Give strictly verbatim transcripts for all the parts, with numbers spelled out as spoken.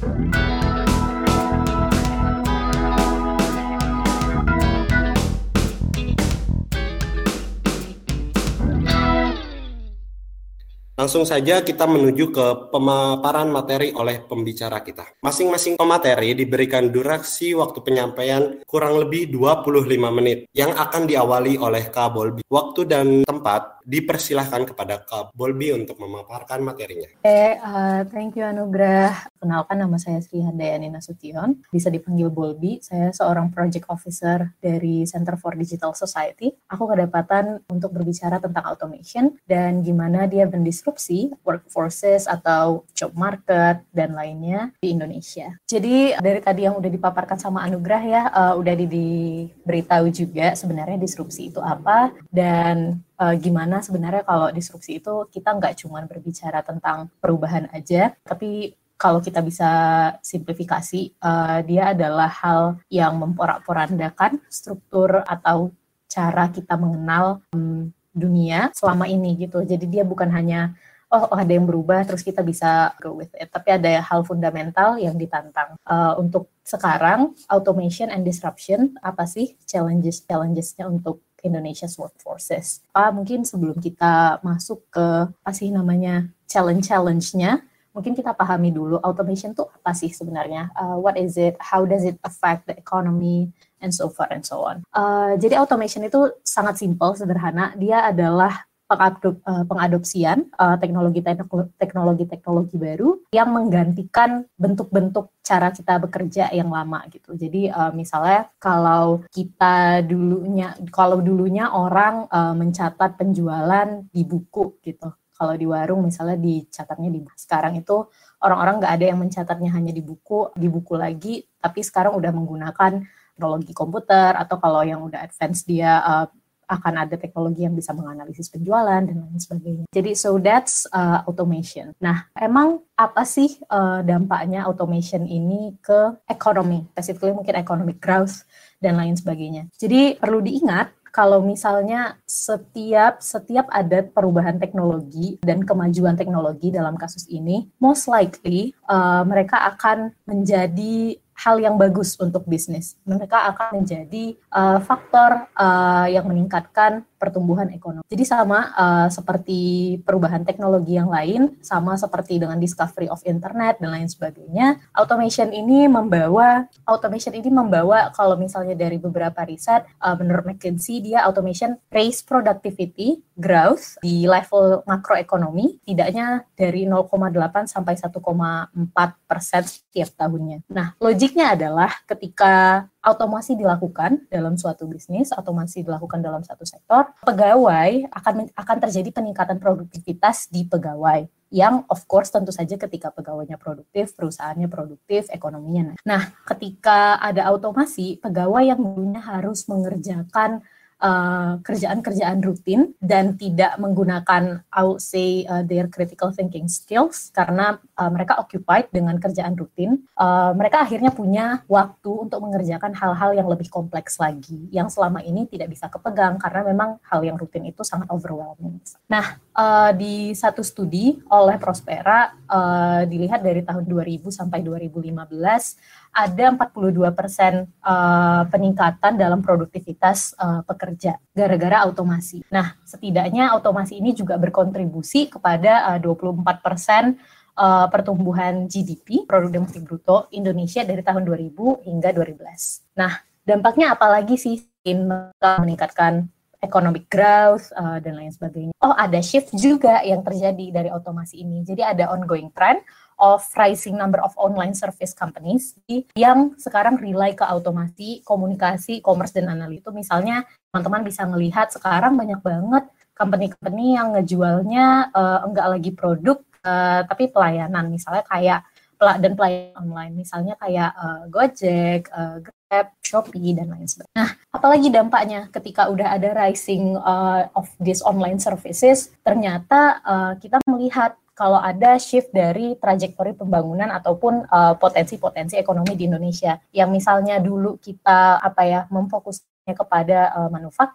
Langsung saja kita menuju ke pemaparan materi oleh pembicara kita. Masing-masing pemateri diberikan durasi waktu penyampaian kurang lebih dua puluh lima menit yang akan diawali oleh Kak Bolbi. Waktu dan tempat dipersilahkan kepada Kak Bolbi untuk memaparkan materinya. Oke, okay, uh, thank you Anugrah. Kenalkan, nama saya Sri Handayani Nasution, bisa dipanggil Bolbi. Saya seorang project officer dari Center for Digital Society. Aku kedapatan untuk berbicara tentang automation dan gimana dia mendisrupsi workforces atau job market dan lainnya di Indonesia. Jadi dari tadi yang udah dipaparkan sama Anugrah ya, uh, udah di- diberitahu juga sebenarnya disrupsi itu apa dan Uh, gimana sebenarnya kalau disrupsi itu kita nggak cuma berbicara tentang perubahan aja, tapi kalau kita bisa simplifikasi, uh, dia adalah hal yang memporak-porandakan struktur atau cara kita mengenal um, dunia selama ini gitu. Jadi dia bukan hanya oh, oh ada yang berubah terus kita bisa go with it, tapi ada hal fundamental yang ditantang. Uh, untuk sekarang automation and disruption, apa sih challenges challengesnya untuk Indonesia's workforces. Ah, mungkin sebelum kita masuk ke apa sih namanya challenge-challenge-nya, mungkin kita pahami dulu automation itu apa sih sebenarnya? Uh, what is it? How does it affect the economy? And so far and so on. Uh, jadi automation itu sangat simpel, sederhana. Dia adalah pengadop, uh, pengadopsian uh, teknologi teknologi teknologi baru yang menggantikan bentuk-bentuk cara kita bekerja yang lama gitu. Jadi uh, misalnya kalau kita dulunya kalau dulunya orang uh, mencatat penjualan di buku gitu. Kalau di warung misalnya dicatatnya di buku. Sekarang itu orang-orang nggak ada yang mencatatnya hanya di buku, di buku lagi, tapi sekarang udah menggunakan teknologi komputer atau kalau yang udah advance dia uh, akan ada teknologi yang bisa menganalisis penjualan dan lain sebagainya. Jadi so that's uh, automation. Nah, emang apa sih uh, dampaknya automation ini ke ekonomi, specifically mungkin economic growth dan lain sebagainya. Jadi perlu diingat kalau misalnya setiap setiap ada perubahan teknologi dan kemajuan teknologi dalam kasus ini, most likely uh, mereka akan menjadi hal yang bagus untuk bisnis. Mereka akan menjadi uh, faktor uh, yang meningkatkan pertumbuhan ekonomi. Jadi sama uh, seperti perubahan teknologi yang lain, sama seperti dengan discovery of internet dan lain sebagainya. Automation ini membawa automation ini membawa kalau misalnya dari beberapa riset, uh, menurut McKinsey dia automation raise productivity growth di level makroekonomi tidaknya dari nol koma delapan sampai satu koma empat persen setiap tahunnya. Nah, logiknya adalah ketika automasi dilakukan dalam suatu bisnis, automasi dilakukan dalam satu sektor, pegawai akan akan terjadi peningkatan produktivitas di pegawai. Yang of course tentu saja ketika pegawainya produktif, perusahaannya produktif, ekonominya naik. Nah, ketika ada automasi, pegawai yang dulunya harus mengerjakan Uh, kerjaan-kerjaan rutin dan tidak menggunakan, I would say, uh, their critical thinking skills karena uh, mereka occupied dengan kerjaan rutin, uh, mereka akhirnya punya waktu untuk mengerjakan hal-hal yang lebih kompleks lagi, yang selama ini tidak bisa kepegang karena memang hal yang rutin itu sangat overwhelming. Nah, uh, di satu studi oleh Prospera, uh, dilihat dari tahun dua ribu sampai dua ribu lima belas, ada empat puluh dua persen uh, peningkatan dalam produktivitas uh, pekerja gara-gara automasi. Nah, setidaknya automasi ini juga berkontribusi kepada uh, dua puluh empat persen uh, pertumbuhan G D P, produk domestik bruto Indonesia dari tahun dua ribu hingga dua ribu sebelas. Nah, dampaknya apa lagi sih meningkatkan economic growth uh, dan lain sebagainya. Oh, ada shift juga yang terjadi dari otomasi ini. Jadi ada ongoing trend of rising number of online service companies yang sekarang rely ke automasi, komunikasi, commerce, dan analis. Itu misalnya teman-teman bisa melihat sekarang banyak banget company-company yang ngejualnya uh, enggak lagi produk, uh, tapi pelayanan. Misalnya kayak dan pelayanan online, misalnya kayak uh, Gojek, uh, Grab, Shopee, dan lain sebagainya. Nah, apalagi dampaknya ketika udah ada rising uh, of these online services, ternyata uh, kita melihat kalau ada shift dari trajektori pembangunan ataupun uh, potensi-potensi ekonomi di Indonesia. Yang misalnya dulu kita apa ya memfokusnya kepada uh, manufaktur,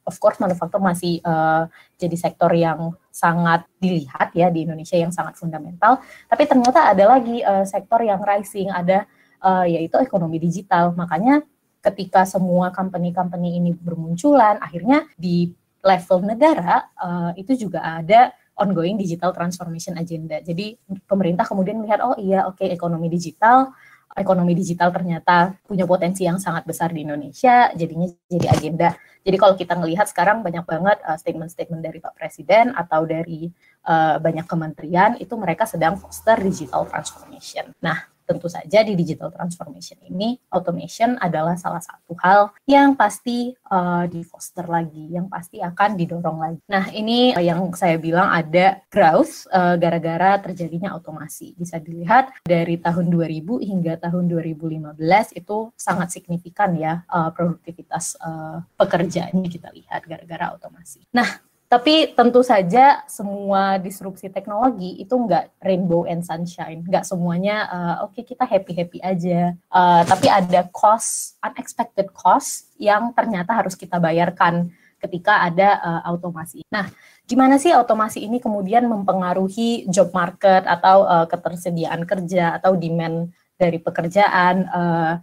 of course manufaktur masih uh, jadi sektor yang sangat dilihat ya di Indonesia, yang sangat fundamental, tapi ternyata ada lagi uh, sektor yang rising, ada uh, yaitu ekonomi digital. Makanya ketika semua company-company ini bermunculan, akhirnya di level negara uh, itu juga ada ongoing digital transformation agenda. Jadi pemerintah kemudian melihat, oh iya oke okay, ekonomi digital, ekonomi digital ternyata punya potensi yang sangat besar di Indonesia, jadinya jadi agenda. Jadi kalau kita ngelihat sekarang banyak banget uh, statement-statement dari Pak Presiden atau dari uh, banyak kementerian, itu mereka sedang foster digital transformation. Nah, tentu saja di digital transformation ini, automation adalah salah satu hal yang pasti uh, di-foster lagi, yang pasti akan didorong lagi. Nah, ini yang saya bilang ada growth uh, gara-gara terjadinya otomasi. Bisa dilihat dari tahun dua ribu hingga tahun dua ribu lima belas itu sangat signifikan ya uh, produktivitas uh, pekerjaannya kita lihat gara-gara otomasi. Nah, tapi tentu saja semua disrupsi teknologi itu nggak rainbow and sunshine, nggak semuanya uh, oke okay, kita happy-happy aja, uh, tapi ada cost, unexpected cost yang ternyata harus kita bayarkan ketika ada uh, otomasi. Nah, gimana sih otomasi ini kemudian mempengaruhi job market atau uh, ketersediaan kerja atau demand dari pekerjaan uh,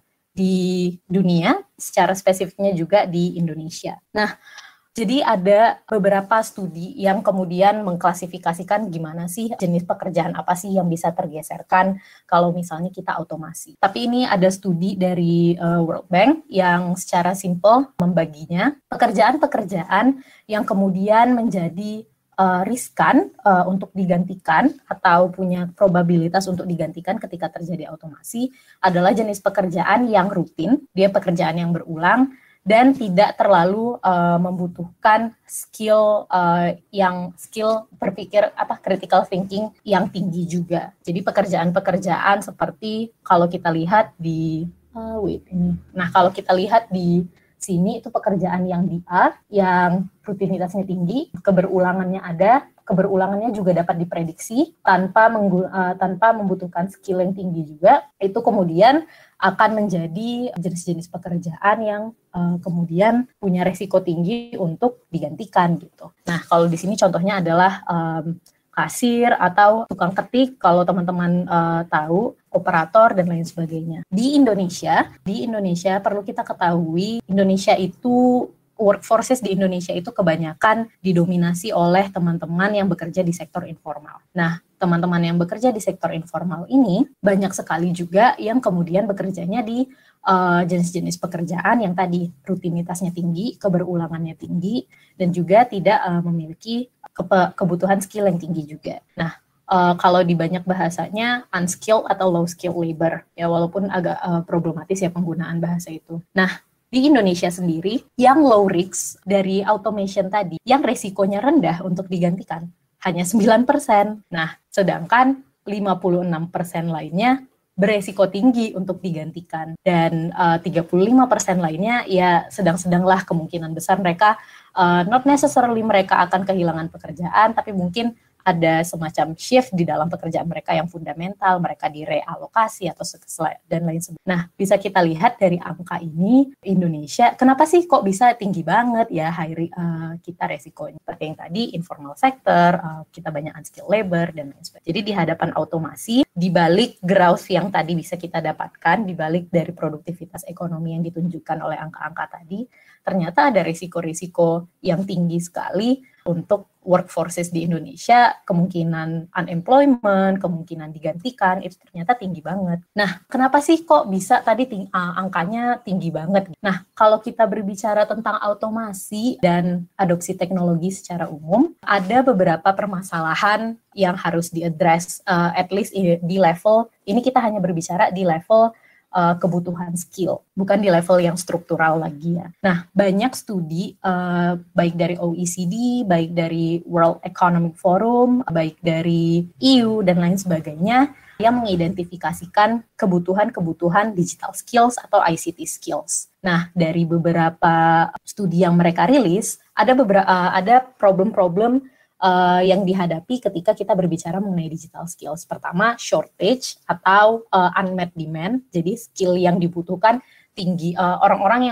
di dunia, secara spesifiknya juga di Indonesia. Nah, jadi ada beberapa studi yang kemudian mengklasifikasikan gimana sih jenis pekerjaan apa sih yang bisa tergeserkan kalau misalnya kita otomasi. Tapi ini ada studi dari uh, World Bank yang secara simpel membaginya pekerjaan-pekerjaan yang kemudian menjadi uh, riskan uh, untuk digantikan atau punya probabilitas untuk digantikan ketika terjadi otomasi adalah jenis pekerjaan yang rutin, dia pekerjaan yang berulang, dan tidak terlalu uh, membutuhkan skill uh, yang skill berpikir apa critical thinking yang tinggi juga. Jadi pekerjaan-pekerjaan seperti kalau kita lihat di uh, wait ini. Nah, kalau kita lihat di sini itu pekerjaan yang di A yang rutinitasnya tinggi, keberulangannya ada, keberulangannya juga dapat diprediksi tanpa menggu, uh, tanpa membutuhkan skill yang tinggi juga. Itu kemudian akan menjadi jenis-jenis pekerjaan yang uh, kemudian punya resiko tinggi untuk digantikan gitu. Nah, kalau di sini contohnya adalah um, kasir atau tukang ketik, kalau teman-teman uh, tahu, operator dan lain sebagainya. Di Indonesia, di Indonesia perlu kita ketahui, Indonesia itu workforces di Indonesia itu kebanyakan didominasi oleh teman-teman yang bekerja di sektor informal. Nah, teman-teman yang bekerja di sektor informal ini banyak sekali juga yang kemudian bekerjanya di uh, jenis-jenis pekerjaan yang tadi rutinitasnya tinggi, keberulangannya tinggi, dan juga tidak uh, memiliki kepe- kebutuhan skill yang tinggi juga. Nah, uh, kalau di banyak bahasanya unskilled atau low skill labor, ya walaupun agak uh, problematis ya penggunaan bahasa itu. Nah, di Indonesia sendiri, yang low risk dari automation tadi, yang resikonya rendah untuk digantikan, hanya sembilan persen. Nah, sedangkan lima puluh enam persen lainnya beresiko tinggi untuk digantikan. Dan uh, tiga puluh lima persen lainnya, ya sedang-sedanglah kemungkinan besar mereka, uh, not necessarily mereka akan kehilangan pekerjaan, tapi mungkin ada semacam shift di dalam pekerjaan mereka yang fundamental, mereka direalokasi atau dan lain sebagainya. Nah, bisa kita lihat dari angka ini, Indonesia, kenapa sih kok bisa tinggi banget ya hiring uh, kita resikonya? Seperti yang tadi, informal sector, uh, kita banyak unskilled labor, dan lain sebagainya. Jadi di hadapan otomasi, di balik growth yang tadi bisa kita dapatkan, di balik dari produktivitas ekonomi yang ditunjukkan oleh angka-angka tadi, ternyata ada risiko-risiko yang tinggi sekali untuk workforces di Indonesia, kemungkinan unemployment, kemungkinan digantikan, itu ternyata tinggi banget. Nah, kenapa sih kok bisa tadi ting- uh, angkanya tinggi banget? Nah, kalau kita berbicara tentang automasi dan adopsi teknologi secara umum, ada beberapa permasalahan yang harus diaddress, uh, at least di level, ini kita hanya berbicara di level Uh, kebutuhan skill, bukan di level yang struktural lagi ya. Nah, banyak studi, uh, baik dari O E C D, baik dari World Economic Forum, baik dari E U, dan lain sebagainya, yang mengidentifikasikan kebutuhan-kebutuhan digital skills atau I C T skills. Nah, dari beberapa studi yang mereka rilis, ada beberapa uh, ada problem-problem Uh, yang dihadapi ketika kita berbicara mengenai digital skills. Pertama, shortage atau uh, unmet demand, jadi skill yang dibutuhkan tinggi, uh, orang-orang yang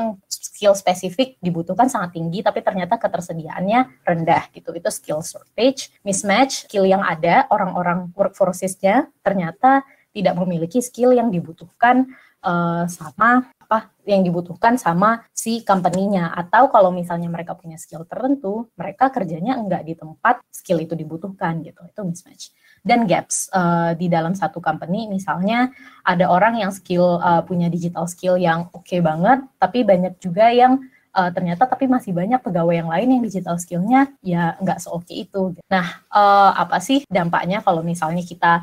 skill spesifik dibutuhkan sangat tinggi, tapi ternyata ketersediaannya rendah gitu. Itu skill shortage, mismatch, skill yang ada, orang-orang workforces-nya ternyata tidak memiliki skill yang dibutuhkan uh, sama apa yang dibutuhkan sama si company-nya. Atau kalau misalnya mereka punya skill tertentu, mereka kerjanya enggak di tempat skill itu dibutuhkan gitu. Itu mismatch. Dan gaps uh, di dalam satu company, misalnya ada orang yang skill uh, punya digital skill yang oke okay banget, tapi banyak juga yang uh, ternyata tapi masih banyak pegawai yang lain yang digital skill-nya ya nggak se-oke itu. Nah, uh, apa sih dampaknya kalau misalnya kita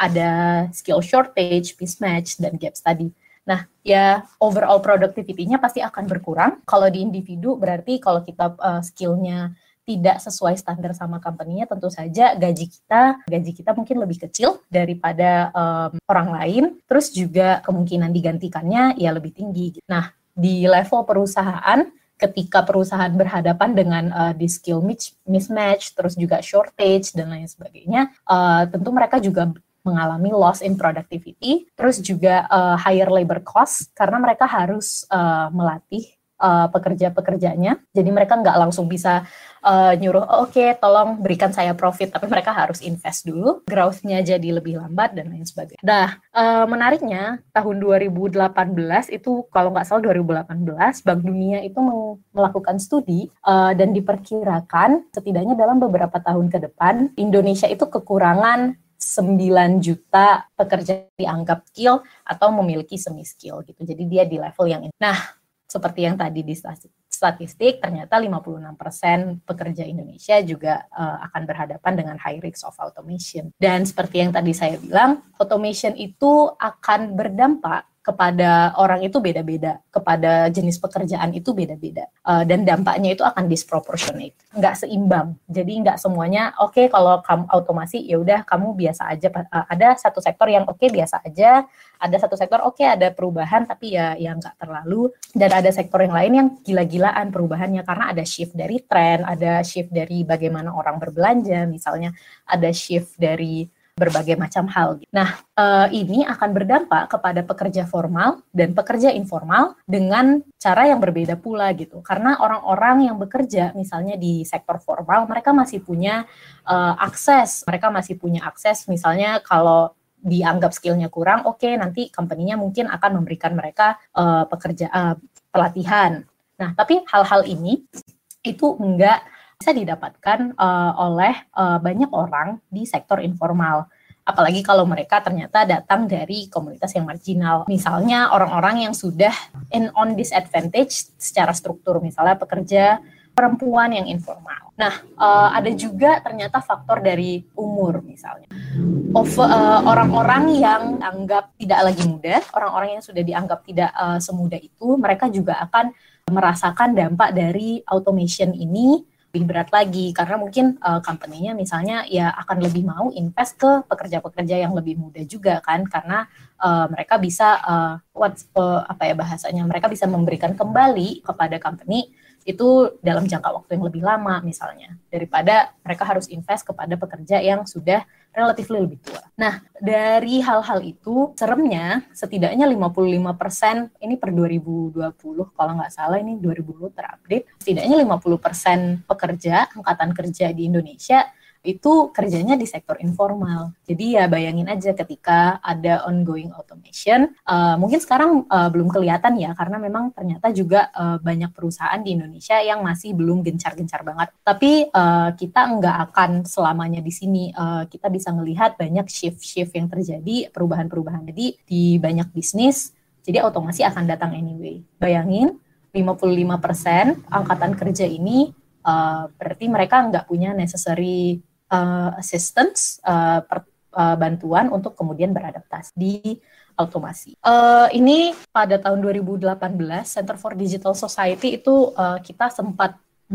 ada skill shortage, mismatch, dan gaps tadi? Nah, ya overall productivity-nya pasti akan berkurang. Kalau di individu berarti kalau kita uh, skill-nya tidak sesuai standar sama company-nya, tentu saja gaji kita, gaji kita mungkin lebih kecil daripada um, orang lain. Terus juga kemungkinan digantikannya ya lebih tinggi. Nah, di level perusahaan, ketika perusahaan berhadapan dengan uh, di skill mismatch, terus juga shortage dan lain sebagainya, uh, tentu mereka juga mengalami loss in productivity, terus juga uh, higher labor cost karena mereka harus uh, melatih uh, pekerja-pekerjanya. Jadi mereka nggak langsung bisa uh, nyuruh, oh, oke, okay, tolong berikan saya profit, tapi mereka harus invest dulu, growth-nya jadi lebih lambat dan lain sebagainya. Nah, uh, menariknya tahun dua ribu delapan belas itu, kalau nggak salah dua ribu delapan belas, Bank Dunia itu melakukan studi uh, dan diperkirakan setidaknya dalam beberapa tahun ke depan Indonesia itu kekurangan sembilan juta pekerja dianggap skill atau memiliki semi skill gitu. Jadi dia di level yang ini. Nah, seperti yang tadi di statistik, ternyata lima puluh enam persen pekerja Indonesia juga uh, akan berhadapan dengan high risk of automation. Dan seperti yang tadi saya bilang, automation itu akan berdampak kepada orang itu beda-beda, kepada jenis pekerjaan itu beda-beda, uh, dan dampaknya itu akan disproportionate, nggak seimbang. Jadi nggak semuanya oke okay, kalau kamu otomasi ya udah kamu biasa aja. Uh, ada satu sektor yang oke okay, biasa aja, ada satu sektor oke okay, ada perubahan tapi ya yang nggak terlalu, dan ada sektor yang lain yang gila-gilaan perubahannya karena ada shift dari tren, ada shift dari bagaimana orang berbelanja, misalnya ada shift dari berbagai macam hal. Nah, uh, ini akan berdampak kepada pekerja formal dan pekerja informal dengan cara yang berbeda pula gitu. Karena orang-orang yang bekerja misalnya di sektor formal, mereka masih punya uh, akses, mereka masih punya akses misalnya kalau dianggap skillnya kurang, oke okay, nanti company-nya mungkin akan memberikan mereka uh, pekerja uh, pelatihan. Nah, tapi hal-hal ini itu enggak bisa didapatkan uh, oleh uh, banyak orang di sektor informal. Apalagi kalau mereka ternyata datang dari komunitas yang marginal. Misalnya orang-orang yang sudah in on disadvantage secara struktur, misalnya pekerja perempuan yang informal. Nah, uh, ada juga ternyata faktor dari umur misalnya. Of, uh, orang-orang yang anggap tidak lagi muda, orang-orang yang sudah dianggap tidak uh, semuda itu, mereka juga akan merasakan dampak dari automation ini lebih berat lagi karena mungkin uh, company-nya misalnya ya akan lebih mau invest ke pekerja-pekerja yang lebih muda juga kan karena uh, mereka bisa uh, what uh, apa ya bahasanya mereka bisa memberikan kembali kepada company itu dalam jangka waktu yang lebih lama misalnya daripada mereka harus invest kepada pekerja yang sudah relatif lebih tua. Nah, dari hal-hal itu seremnya setidaknya lima puluh lima persen ini per dua ribu dua puluh kalau nggak salah ini dua ribu dua puluh terupdate setidaknya lima puluh persen pekerja angkatan kerja di Indonesia itu kerjanya di sektor informal. Jadi ya bayangin aja ketika ada ongoing automation, uh, mungkin sekarang uh, belum kelihatan ya, karena memang ternyata juga uh, banyak perusahaan di Indonesia yang masih belum gencar-gencar banget. Tapi uh, kita nggak akan selamanya di sini. Uh, kita bisa melihat banyak shift-shift yang terjadi, perubahan-perubahan. Jadi di banyak bisnis, jadi otomasi akan datang anyway. Bayangin, lima puluh lima persen angkatan kerja ini uh, berarti mereka nggak punya necessary Uh, assistance, uh, per, uh, bantuan untuk kemudian beradaptasi di automasi. Uh, ini pada tahun dua ribu delapan belas, Center for Digital Society itu uh, kita sempat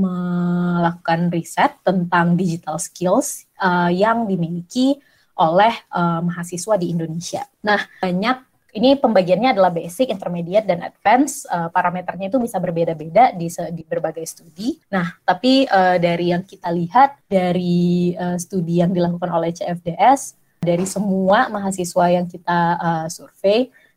melakukan riset tentang digital skills uh, yang dimiliki oleh uh, mahasiswa di Indonesia. Nah, banyak ini pembagiannya adalah basic, intermediate, dan advance. Uh, parameternya itu bisa berbeda-beda di, di berbagai studi. Nah, tapi uh, dari yang kita lihat, dari uh, studi yang dilakukan oleh C F D S, dari semua mahasiswa yang kita uh, survei,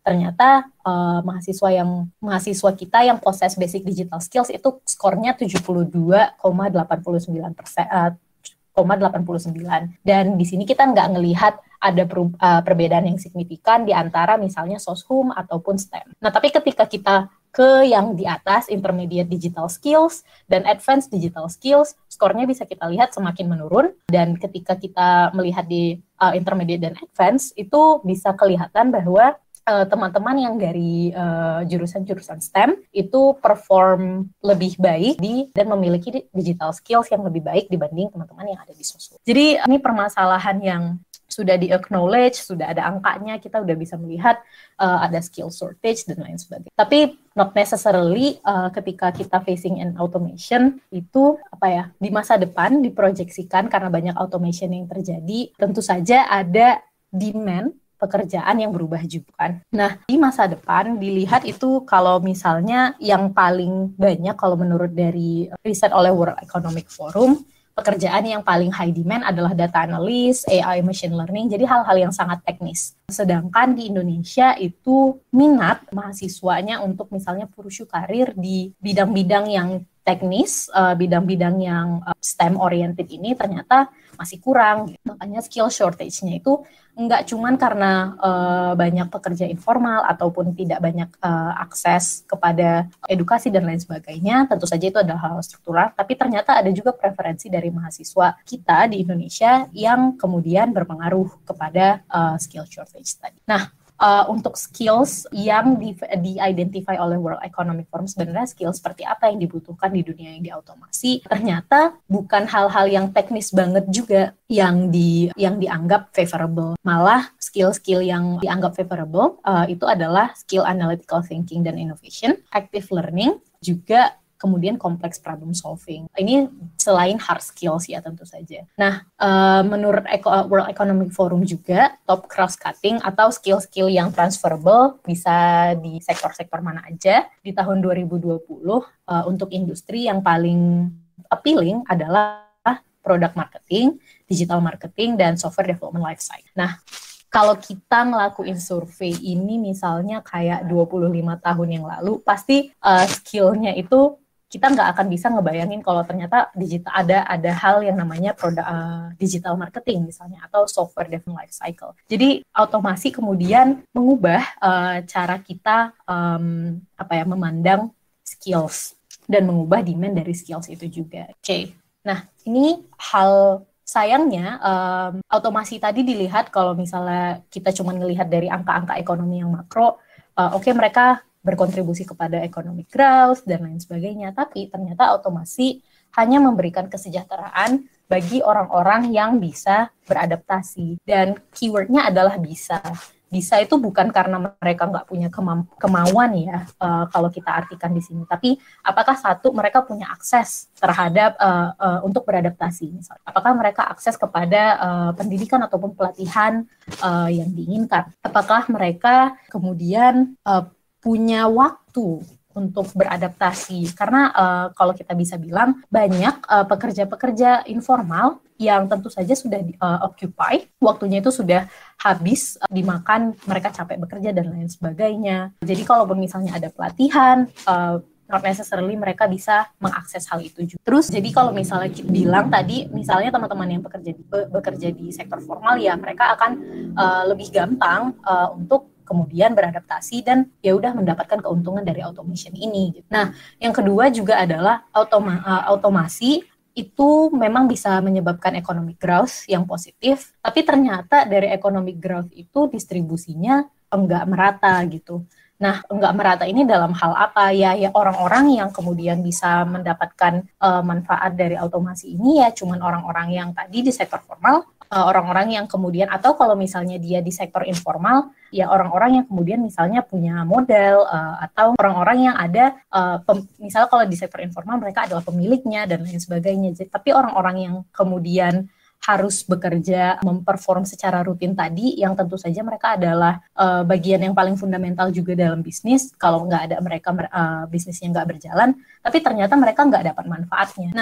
ternyata uh, mahasiswa yang mahasiswa kita yang possess basic digital skills itu skornya tujuh puluh dua koma delapan sembilan persen, uh, delapan puluh sembilan. Dan di sini kita nggak ngelihat ada per, uh, perbedaan yang signifikan di antara misalnya soshum ataupun STEM. Nah, tapi ketika kita ke yang di atas, intermediate digital skills dan advanced digital skills, skornya bisa kita lihat semakin menurun. Dan ketika kita melihat di uh, intermediate dan advanced, itu bisa kelihatan bahwa uh, teman-teman yang dari uh, jurusan-jurusan STEM itu perform lebih baik di dan memiliki digital skills yang lebih baik dibanding teman-teman yang ada di soshum. Jadi ini permasalahan yang sudah di-acknowledge, sudah ada angkanya, kita udah bisa melihat uh, ada skill shortage dan lain sebagainya. Tapi not necessarily uh, ketika kita facing an automation itu apa ya, di masa depan diproyeksikan karena banyak automation yang terjadi, tentu saja ada demand pekerjaan yang berubah juga kan. Nah, di masa depan dilihat itu kalau misalnya yang paling banyak kalau menurut dari riset oleh World Economic Forum, pekerjaan yang paling high demand adalah data analyst, A I, machine learning, jadi hal-hal yang sangat teknis. Sedangkan di Indonesia itu minat mahasiswanya untuk misalnya pursue karir di bidang-bidang yang teknis, uh, bidang-bidang yang uh, STEM oriented ini ternyata masih kurang. Makanya skill shortage-nya itu enggak cuman karena uh, banyak pekerja informal ataupun tidak banyak uh, akses kepada edukasi dan lain sebagainya, tentu saja itu adalah hal struktural, tapi ternyata ada juga preferensi dari mahasiswa kita di Indonesia yang kemudian berpengaruh kepada uh, skill shortage tadi. Nah, Uh, untuk skills yang di, di-identify oleh World Economic Forum, sebenarnya skill seperti apa yang dibutuhkan di dunia yang diautomasi, ternyata bukan hal-hal yang teknis banget juga yang di yang dianggap favorable. Malah skill-skill yang dianggap favorable uh, itu adalah skill analytical thinking dan innovation, active learning, juga kemudian complex problem solving. Ini selain hard skills ya tentu saja. Nah, uh, menurut Eco- World Economic Forum juga, top cross-cutting atau skill-skill yang transferable bisa di sektor-sektor mana aja. Di tahun dua ribu dua puluh, uh, untuk industri yang paling appealing adalah product marketing, digital marketing, dan software development lifecycle. Nah, kalau kita ngelakuin survei ini misalnya kayak dua puluh lima tahun yang lalu, pasti uh, skill-nya itu kita nggak akan bisa ngebayangin kalau ternyata digital ada ada hal yang namanya produk uh, digital marketing misalnya atau software development life cycle. Jadi otomasi kemudian mengubah uh, cara kita um, apa ya memandang skills dan mengubah demand dari skills itu juga. Oke, okay. Nah ini hal sayangnya um, otomasi tadi dilihat kalau misalnya kita cuma ngelihat dari angka-angka ekonomi yang makro, uh, oke okay, mereka berkontribusi kepada economic growth dan lain sebagainya, tapi ternyata otomasi hanya memberikan kesejahteraan bagi orang-orang yang bisa beradaptasi, dan keywordnya adalah bisa. Bisa itu bukan karena mereka nggak punya kema- kemauan ya, uh, kalau kita artikan di sini, tapi apakah satu mereka punya akses terhadap uh, uh, untuk beradaptasi, misalnya, apakah mereka akses kepada uh, pendidikan ataupun pelatihan uh, yang diinginkan, apakah mereka kemudian uh, punya waktu untuk beradaptasi, karena uh, kalau kita bisa bilang banyak uh, pekerja-pekerja informal yang tentu saja sudah di, uh, occupy, waktunya itu sudah habis uh, dimakan, mereka capek bekerja dan lain sebagainya. Jadi kalau misalnya ada pelatihan, uh, not necessarily mereka bisa mengakses hal itu juga. Terus jadi kalau misalnya kita bilang tadi, misalnya teman-teman yang bekerja di, bekerja di sektor formal ya mereka akan uh, lebih gampang uh, untuk kemudian beradaptasi dan ya udah mendapatkan keuntungan dari automation ini. Nah, yang kedua juga adalah automa- uh, automasi itu memang bisa menyebabkan economic growth yang positif, tapi ternyata dari economic growth itu distribusinya enggak merata gitu. Nah, enggak merata ini dalam hal apa? Ya, ya orang-orang yang kemudian bisa mendapatkan uh, manfaat dari automasi ini ya cuman orang-orang yang tadi di sektor formal, uh, orang-orang yang kemudian, atau kalau misalnya dia di sektor informal, ya orang-orang yang kemudian misalnya punya modal, uh, atau orang-orang yang ada, uh, pem- misalnya kalau di sektor informal mereka adalah pemiliknya dan lain sebagainya. Jadi, tapi orang-orang yang kemudian harus bekerja, memperform secara rutin tadi, yang tentu saja mereka adalah uh, bagian yang paling fundamental juga dalam bisnis. Kalau nggak ada mereka, uh, bisnisnya nggak berjalan, tapi ternyata mereka nggak dapat manfaatnya. Nah,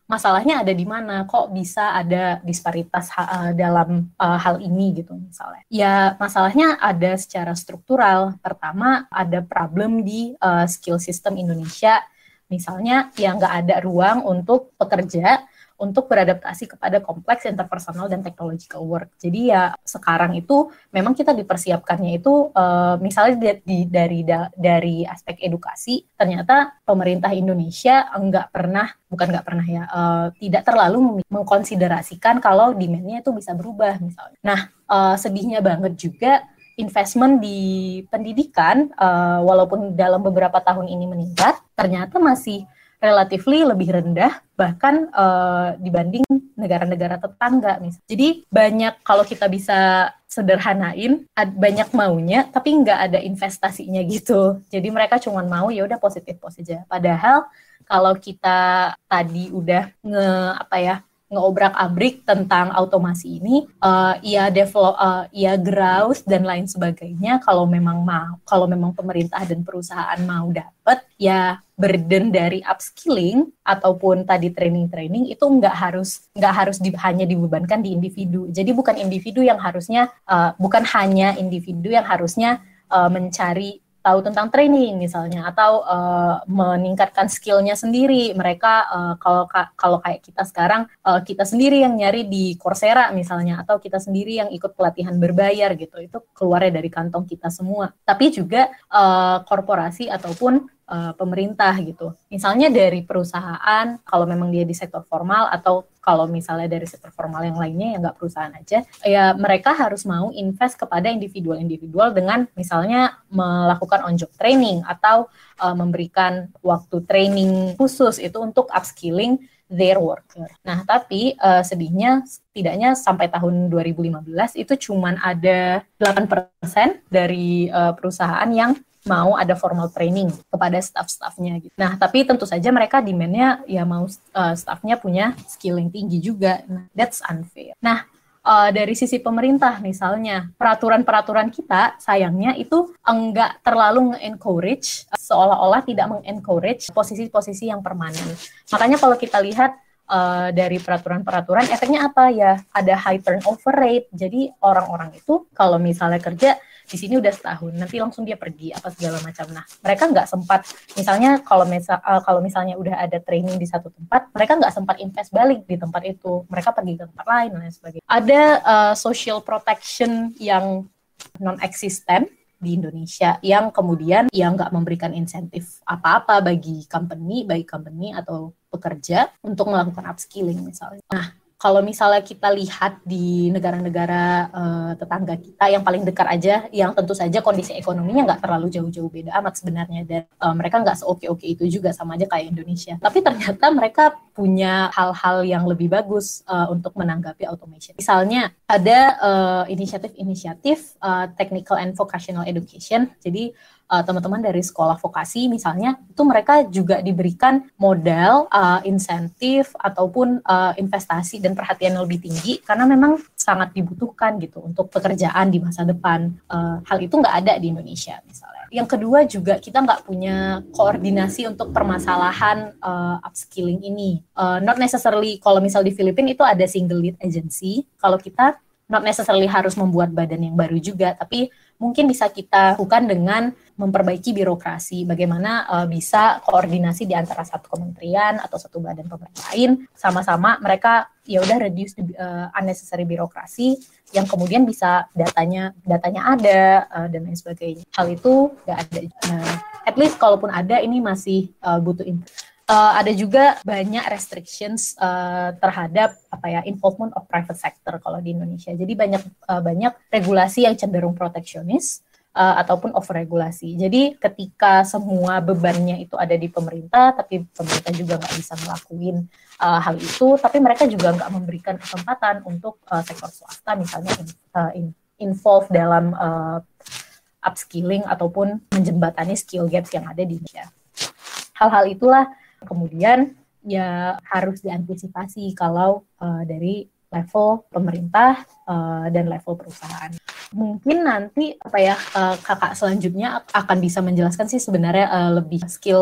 masalahnya ada di mana, kok bisa ada disparitas ha- dalam uh, hal ini gitu misalnya. Ya masalahnya ada secara struktural. Pertama ada problem di uh, skill system Indonesia, misalnya yang nggak ada ruang untuk pekerja untuk beradaptasi kepada kompleks interpersonal dan technological work. Jadi ya sekarang itu memang kita dipersiapkannya itu uh, misalnya di, dari da, dari aspek edukasi, ternyata pemerintah Indonesia enggak pernah, bukan enggak pernah ya, uh, tidak terlalu mengkonsiderasikan kalau demand-nya itu bisa berubah misalnya. Nah, uh, sedihnya banget juga investment di pendidikan, uh, walaupun dalam beberapa tahun ini meningkat, ternyata masih relatively lebih rendah bahkan uh, dibanding negara-negara tetangga misalnya. Jadi banyak, kalau kita bisa sederhanain, ad, banyak maunya tapi nggak ada investasinya gitu. Jadi mereka cuma mau ya udah positif-positif aja. Padahal kalau kita tadi udah nge apa ya ngeobrak-abrik tentang automasi ini, uh, ia develop, uh, ia growth dan lain sebagainya. Kalau memang mau, kalau memang pemerintah dan perusahaan mau dapat, ya burden dari upskilling ataupun tadi training-training itu nggak harus nggak harus di, hanya dibebankan di individu. Jadi bukan individu yang harusnya, uh, bukan hanya individu yang harusnya uh, mencari tahu tentang training misalnya, atau uh, meningkatkan skillnya sendiri. Mereka uh, kalau kalau kayak kita sekarang, uh, kita sendiri yang nyari di Coursera misalnya, atau kita sendiri yang ikut pelatihan berbayar gitu, itu keluarnya dari kantong kita semua. Tapi juga uh, korporasi ataupun uh, pemerintah gitu. Misalnya dari perusahaan, kalau memang dia di sektor formal, atau kalau misalnya dari sektor formal yang lainnya yang nggak perusahaan aja, ya mereka harus mau invest kepada individual-individual dengan misalnya melakukan on-job training atau uh, memberikan waktu training khusus itu untuk upskilling their worker. Nah, tapi uh, sedihnya setidaknya sampai tahun dua ribu lima belas itu cuman ada delapan persen dari uh, perusahaan yang mau ada formal training kepada staff-staffnya gitu. Nah, tapi tentu saja mereka demand-nya ya mau uh, staffnya punya skill yang tinggi juga. Nah, that's unfair. Nah, uh, dari sisi pemerintah misalnya, peraturan-peraturan kita sayangnya itu enggak terlalu nge-encourage, uh, seolah-olah tidak meng-encourage posisi-posisi yang permanen. Makanya kalau kita lihat uh, dari peraturan-peraturan, efeknya apa ya? Ada high turnover rate. Jadi orang-orang itu kalau misalnya kerja di sini udah setahun, nanti langsung dia pergi apa segala macam. Nah, mereka nggak sempat, misalnya kalau misal uh, kalau misalnya udah ada training di satu tempat, mereka nggak sempat invest balik di tempat itu, mereka pergi ke tempat lain dan sebagainya. Ada uh, social protection yang non-existent di Indonesia, yang kemudian yang nggak memberikan insentif apa-apa bagi company, baik company atau pekerja untuk melakukan upskilling misalnya. Nah, kalau misalnya kita lihat di negara-negara uh, tetangga kita yang paling dekat aja, yang tentu saja kondisi ekonominya nggak terlalu jauh-jauh beda amat sebenarnya, dan uh, mereka nggak seoke-oke itu juga, sama aja kayak Indonesia. Tapi ternyata mereka punya hal-hal yang lebih bagus uh, untuk menanggapi automation. Misalnya ada uh, inisiatif-inisiatif uh, technical and vocational education. Jadi Uh, teman-teman dari sekolah vokasi misalnya, itu mereka juga diberikan modal, uh, insentif, ataupun uh, investasi dan perhatian yang lebih tinggi, karena memang sangat dibutuhkan gitu untuk pekerjaan di masa depan. Uh, hal itu nggak ada di Indonesia misalnya. Yang kedua juga kita nggak punya koordinasi untuk permasalahan uh, upskilling ini. Uh, not necessarily, kalau misal di Filipina itu ada single lead agency, kalau kita not necessarily harus membuat badan yang baru juga, tapi mungkin bisa kita lakukan dengan memperbaiki birokrasi, bagaimana uh, bisa koordinasi di antara satu kementerian atau satu badan pemerintah lain, sama-sama mereka ya udah reduce uh, unnecessary birokrasi, yang kemudian bisa datanya datanya ada uh, dan lain sebagainya. Hal itu nggak ada, uh, at least kalaupun ada ini masih uh, butuh improvement. Uh, ada juga banyak restrictions uh, terhadap apa ya involvement of private sector kalau di Indonesia. Jadi banyak uh, banyak regulasi yang cenderung proteksionis uh, ataupun overregulasi. Jadi ketika semua bebannya itu ada di pemerintah, tapi pemerintah juga nggak bisa ngelakuin uh, hal itu, tapi mereka juga nggak memberikan kesempatan untuk uh, sektor swasta misalnya in, uh, in, involve dalam uh, upskilling ataupun menjembatani skill gaps yang ada di Indonesia. Hal-hal itulah kemudian ya harus diantisipasi kalau uh, dari level pemerintah uh, dan level perusahaan. Mungkin nanti apa ya uh, kakak selanjutnya akan bisa menjelaskan sih sebenarnya uh, lebih skill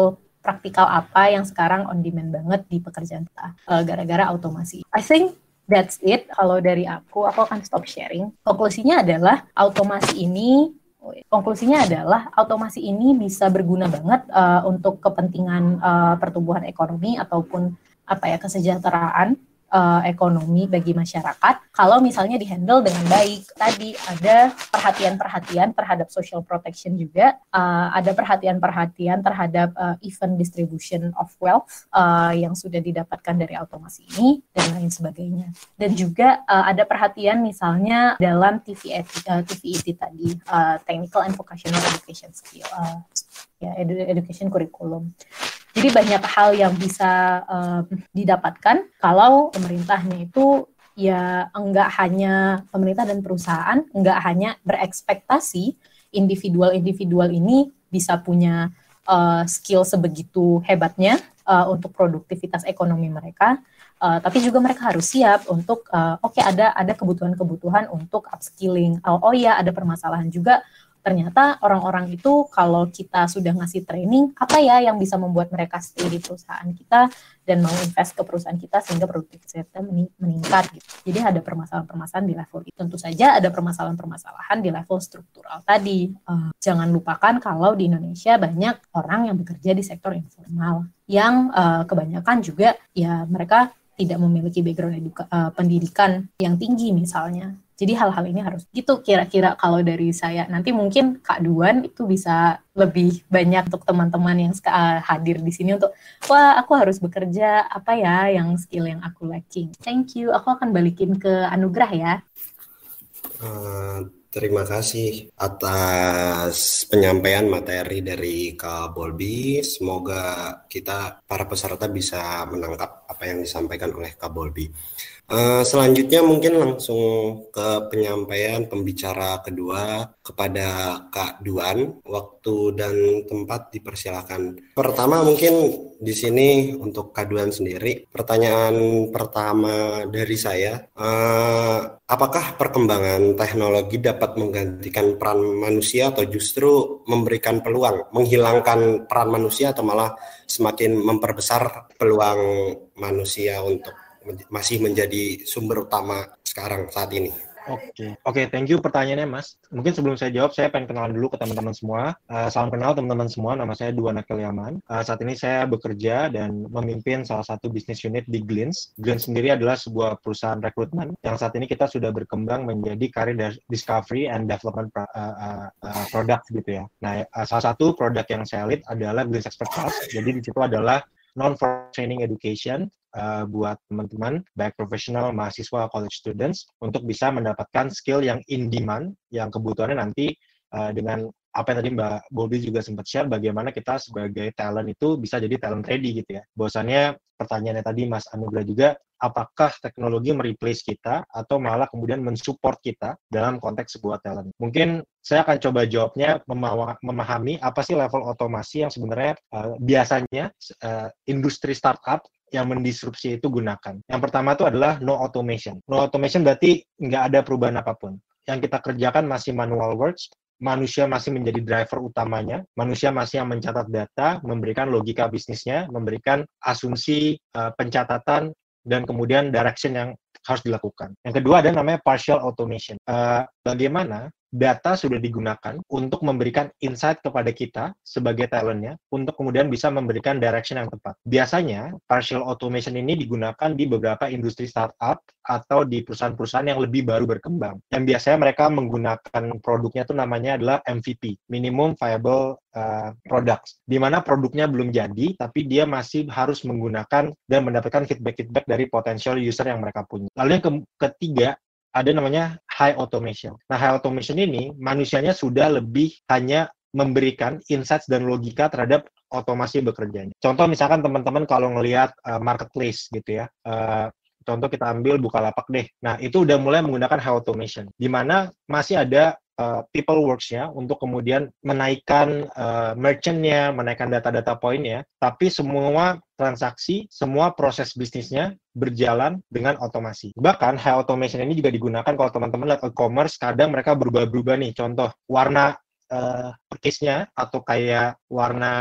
praktikal apa yang sekarang on demand banget di pekerjaan kita uh, gara-gara otomasi. I think that's it. Kalau dari aku, aku akan stop sharing. Konklusinya adalah otomasi ini Konklusinya adalah otomasi ini bisa berguna banget uh, untuk kepentingan uh, pertumbuhan ekonomi ataupun apa ya kesejahteraan uh, ekonomi bagi masyarakat. Kalau misalnya dihandle dengan baik, tadi ada perhatian-perhatian terhadap social protection juga, uh, ada perhatian-perhatian terhadap uh, even distribution of wealth uh, yang sudah didapatkan dari otomasi ini dan lain sebagainya. Dan juga uh, ada perhatian misalnya dalam T V E T, uh, T V E T tadi, uh, Technical and Vocational Education Skill, uh, ya edu- education curriculum. Jadi banyak hal yang bisa uh, didapatkan kalau pemerintahnya itu ya enggak hanya pemerintah dan perusahaan, enggak hanya berekspektasi individual-individual ini bisa punya uh, skill sebegitu hebatnya uh, untuk produktivitas ekonomi mereka, uh, tapi juga mereka harus siap untuk uh, oke okay, ada ada kebutuhan-kebutuhan untuk upskilling. Oh, oh ya ada permasalahan juga. Ternyata orang-orang itu kalau kita sudah ngasih training, apa ya yang bisa membuat mereka stay di perusahaan kita dan mau invest ke perusahaan kita sehingga produktivitas kita meningkat gitu. Jadi ada permasalahan-permasalahan di level itu. Tentu saja ada permasalahan-permasalahan di level struktural tadi. Uh, jangan lupakan kalau di Indonesia banyak orang yang bekerja di sektor informal yang uh, kebanyakan juga ya mereka tidak memiliki background eduka- uh, pendidikan yang tinggi misalnya. Jadi hal-hal ini harus gitu kira-kira kalau dari saya. Nanti mungkin Kak Duan itu bisa lebih banyak untuk teman-teman yang uh, hadir di sini untuk, wah aku harus bekerja, apa ya yang skill yang aku lacking. Thank you, aku akan balikin ke Anugrah ya. Uh, terima kasih atas penyampaian materi dari Kak Bolbi. Semoga kita para peserta bisa menangkap apa yang disampaikan oleh Kak Bolbi. Uh, selanjutnya mungkin langsung ke penyampaian pembicara kedua kepada Kak Duan. Waktu dan tempat dipersilakan. Pertama mungkin di sini untuk Kak Duan sendiri. Pertanyaan pertama dari saya, uh, apakah perkembangan teknologi dapat menggantikan peran manusia atau justru memberikan peluang, menghilangkan peran manusia atau malah semakin memperbesar peluang manusia untuk masih menjadi sumber utama sekarang saat ini? Oke, okay. oke, okay, thank you pertanyaannya Mas. Mungkin sebelum saya jawab, saya pengen kenalan dulu ke teman-teman semua. Uh, salam kenal teman-teman semua, nama saya Duan Akil Yaman. Uh, saat ini saya bekerja dan memimpin salah satu bisnis unit di Glints. Glints sendiri adalah sebuah perusahaan rekrutmen yang saat ini kita sudah berkembang menjadi career discovery and development pro- uh, uh, uh, product gitu ya. Nah, uh, salah satu produk yang saya lead adalah Glints Expert Class. Jadi di situ adalah non-formal training education uh, buat teman-teman, baik profesional, mahasiswa, college students, untuk bisa mendapatkan skill yang in demand, yang kebutuhannya nanti uh, dengan apa yang tadi Mbak Bolbi juga sempat share, bagaimana kita sebagai talent itu bisa jadi talent ready gitu ya. Bahwasannya pertanyaannya tadi Mas Anugrah juga, apakah teknologi mereplace kita atau malah kemudian mensupport kita dalam konteks sebuah talent? Mungkin saya akan coba jawabnya memahami apa sih level otomasi yang sebenarnya uh, biasanya uh, industri startup yang mendisrupsi itu gunakan. Yang pertama itu adalah no automation. No automation berarti nggak ada perubahan apapun. Yang kita kerjakan masih manual works, manusia masih menjadi driver utamanya, manusia masih yang mencatat data, memberikan logika bisnisnya, memberikan asumsi uh, pencatatan, dan kemudian direction yang harus dilakukan. Yang kedua ada namanya partial automation. Uh, bagaimana data sudah digunakan untuk memberikan insight kepada kita sebagai talentnya untuk kemudian bisa memberikan direction yang tepat. Biasanya partial automation ini digunakan di beberapa industri startup atau di perusahaan-perusahaan yang lebih baru berkembang. Yang biasanya mereka menggunakan produknya itu namanya adalah M V P, Minimum Viable uh, Products, di mana produknya belum jadi, tapi dia masih harus menggunakan dan mendapatkan feedback-feedback dari potensial user yang mereka punya. Lalu yang ke- ketiga, ada namanya high automation. Nah, high automation ini manusianya sudah lebih hanya memberikan insights dan logika terhadap otomasi bekerjanya. Contoh misalkan teman-teman kalau ngelihat uh, marketplace gitu ya, uh, contoh kita ambil Bukalapak deh. Nah, itu udah mulai menggunakan high automation, di mana masih ada Uh, people works-nya untuk kemudian menaikkan uh, merchant-nya, menaikkan data-data poinnya, tapi semua transaksi, semua proses bisnisnya berjalan dengan otomasi. Bahkan high automation ini juga digunakan kalau teman-teman lihat e-commerce, kadang mereka berubah-berubah nih, contoh warna uh, case-nya atau kayak warna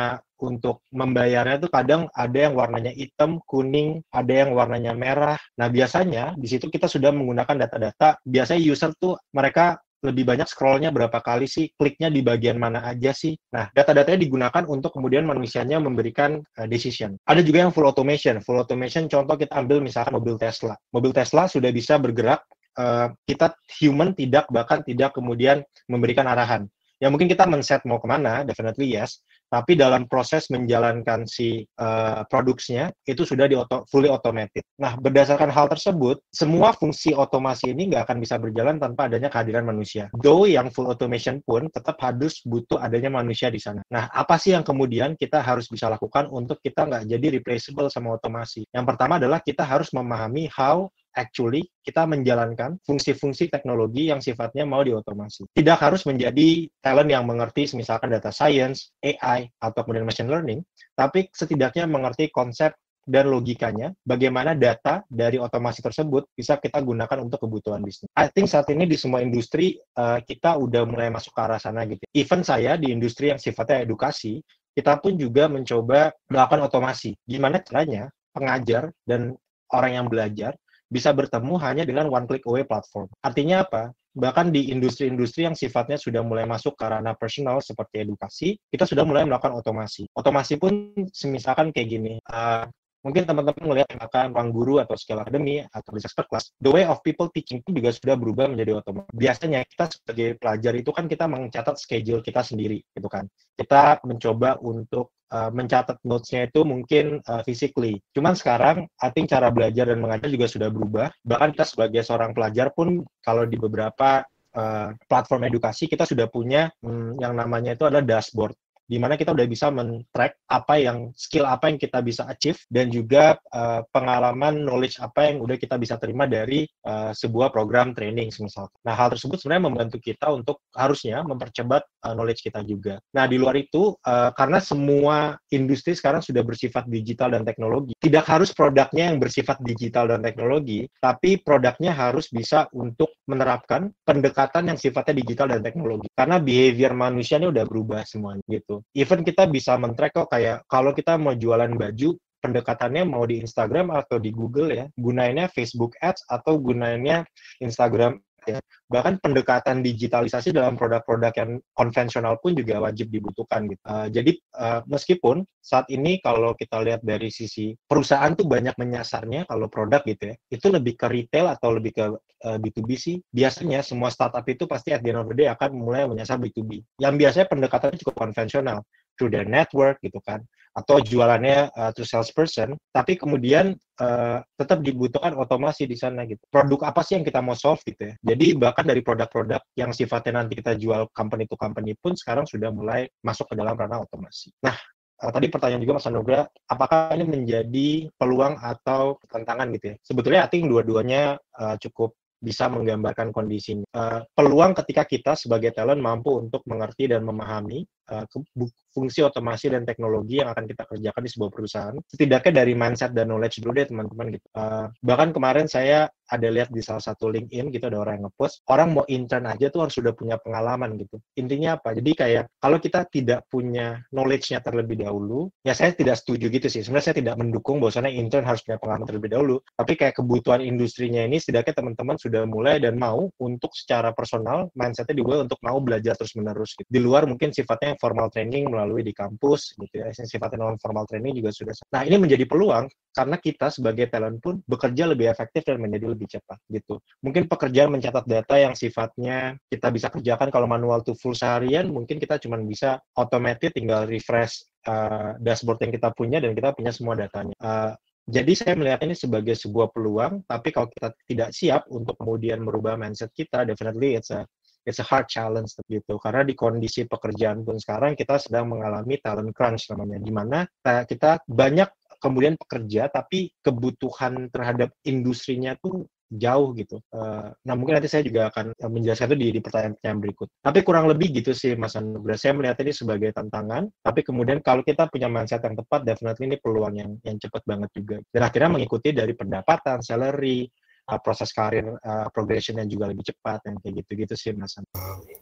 untuk membayarnya tuh kadang ada yang warnanya hitam, kuning, ada yang warnanya merah. Nah, biasanya di situ kita sudah menggunakan data-data. Biasanya user tuh mereka lebih banyak scrollnya berapa kali sih, kliknya di bagian mana aja sih. Nah, data-datanya digunakan untuk kemudian manusianya memberikan uh, decision. Ada juga yang full automation. Full automation contoh kita ambil misalkan mobil Tesla. Mobil Tesla sudah bisa bergerak, uh, kita human tidak, bahkan tidak kemudian memberikan arahan. Ya mungkin kita men-set mau kemana, definitely yes. Tapi dalam proses menjalankan si uh, produksinya, itu sudah di auto, fully automated. Nah, berdasarkan hal tersebut, semua fungsi otomasi ini nggak akan bisa berjalan tanpa adanya kehadiran manusia. Though yang full automation pun tetap harus butuh adanya manusia di sana. Nah, apa sih yang kemudian kita harus bisa lakukan untuk kita nggak jadi replaceable sama otomasi? Yang pertama adalah kita harus memahami how actually kita menjalankan fungsi-fungsi teknologi yang sifatnya mau diotomasi. Tidak harus menjadi talent yang mengerti misalkan data science, A I, atau kemudian machine learning, tapi setidaknya mengerti konsep dan logikanya, bagaimana data dari otomasi tersebut bisa kita gunakan untuk kebutuhan bisnis. I think saat ini di semua industri, uh, kita udah mulai masuk ke arah sana gitu. Even saya di industri yang sifatnya edukasi, kita pun juga mencoba melakukan otomasi. Gimana caranya pengajar dan orang yang belajar bisa bertemu hanya dengan one click away platform. Artinya apa? Bahkan di industri-industri yang sifatnya sudah mulai masuk ke ranah personal seperti edukasi, kita sudah mulai melakukan otomasi. Otomasi pun misalkan kayak gini, uh, mungkin teman-teman melihat misalkan ruang guru atau skill academy atau expert class, the way of people teaching pun juga sudah berubah menjadi otomatis. Biasanya kita sebagai pelajar itu kan kita mencatat schedule kita sendiri, gitu kan. Kita mencoba untuk uh, mencatat notes-nya itu mungkin uh, physically. Cuman sekarang, I think cara belajar dan mengajar juga sudah berubah. Bahkan kita sebagai seorang pelajar pun, kalau di beberapa uh, platform edukasi, kita sudah punya hmm, yang namanya itu adalah dashboard, di mana kita udah bisa men-track apa yang, skill apa yang kita bisa achieve, dan juga uh, pengalaman, knowledge apa yang udah kita bisa terima dari uh, sebuah program training, misalkan. Nah, hal tersebut sebenarnya membantu kita untuk harusnya mempercepat uh, knowledge kita juga. Nah, di luar itu, uh, karena semua industri sekarang sudah bersifat digital dan teknologi, tidak harus produknya yang bersifat digital dan teknologi, tapi produknya harus bisa untuk menerapkan pendekatan yang sifatnya digital dan teknologi. Karena behavior manusia ini udah berubah semuanya, gitu. Even kita bisa men-track kok, kayak kalau kita mau jualan baju, pendekatannya mau di Instagram atau di Google ya, gunainnya Facebook Ads atau gunainnya Instagram ya. Bahkan pendekatan digitalisasi dalam produk-produk yang konvensional pun juga wajib dibutuhkan gitu. Uh, jadi uh, meskipun saat ini kalau kita lihat dari sisi perusahaan tuh banyak menyasarnya kalau produk gitu ya, itu lebih ke retail atau lebih ke uh, B to B sih. Biasanya semua startup itu pasti at the end of the day akan mulai menyasar B to B. Yang biasanya pendekatannya cukup konvensional, through their network gitu kan, atau jualannya uh, to salesperson, tapi kemudian uh, tetap dibutuhkan otomasi di sana gitu. Produk apa sih yang kita mau solve gitu ya. Jadi bahkan dari produk-produk yang sifatnya nanti kita jual company to company pun sekarang sudah mulai masuk ke dalam ranah otomasi. Nah, uh, tadi pertanyaan juga Mas Anugrah, apakah ini menjadi peluang atau tantangan gitu ya? Sebetulnya I think dua-duanya uh, cukup bisa menggambarkan kondisinya. Uh, peluang ketika kita sebagai talent mampu untuk mengerti dan memahami uh, fungsi otomasi dan teknologi yang akan kita kerjakan di sebuah perusahaan. Setidaknya dari mindset dan knowledge dulu deh teman-teman gitu. Uh, bahkan kemarin saya ada lihat di salah satu LinkedIn gitu, ada orang yang ngepost, orang mau intern aja tuh harus sudah punya pengalaman gitu. Intinya apa? Jadi kayak kalau kita tidak punya knowledge-nya terlebih dahulu, ya saya tidak setuju gitu sih. Sebenarnya saya tidak mendukung bahwasannya intern harus punya pengalaman terlebih dahulu. Tapi kayak kebutuhan industrinya ini setidaknya teman-teman sudah mulai dan mau untuk secara personal, mindset-nya juga untuk mau belajar terus-menerus gitu. Di luar mungkin sifatnya formal training melalui di kampus gitu ya. Sifatnya non-formal training juga sudah. Nah, ini menjadi peluang karena kita sebagai talent pun bekerja lebih efektif dan menjadi lebih cepat gitu. Mungkin pekerjaan mencatat data yang sifatnya kita bisa kerjakan kalau manual to full seharian, mungkin kita cuma bisa automated tinggal refresh uh, dashboard yang kita punya dan kita punya semua datanya. Uh, Jadi saya melihat ini sebagai sebuah peluang, tapi kalau kita tidak siap untuk kemudian merubah mindset kita, definitely it's a it's a hard challenge gitu. Karena di kondisi pekerjaan pun sekarang kita sedang mengalami talent crunch namanya, di mana kita banyak kemudian pekerja, tapi kebutuhan terhadap industrinya tuh jauh gitu. Uh, nah mungkin nanti saya juga akan menjelaskan itu di, di pertanyaan-pertanyaan berikut. Tapi kurang lebih gitu sih Mas Anugrah. Saya melihat ini sebagai tantangan, tapi kemudian kalau kita punya mindset yang tepat, definitely ini peluang yang yang cepat banget juga. Dan akhirnya mengikuti dari pendapatan, salary, uh, proses karir uh, progression yang juga lebih cepat, yang kayak gitu-gitu sih Mas Anugrah.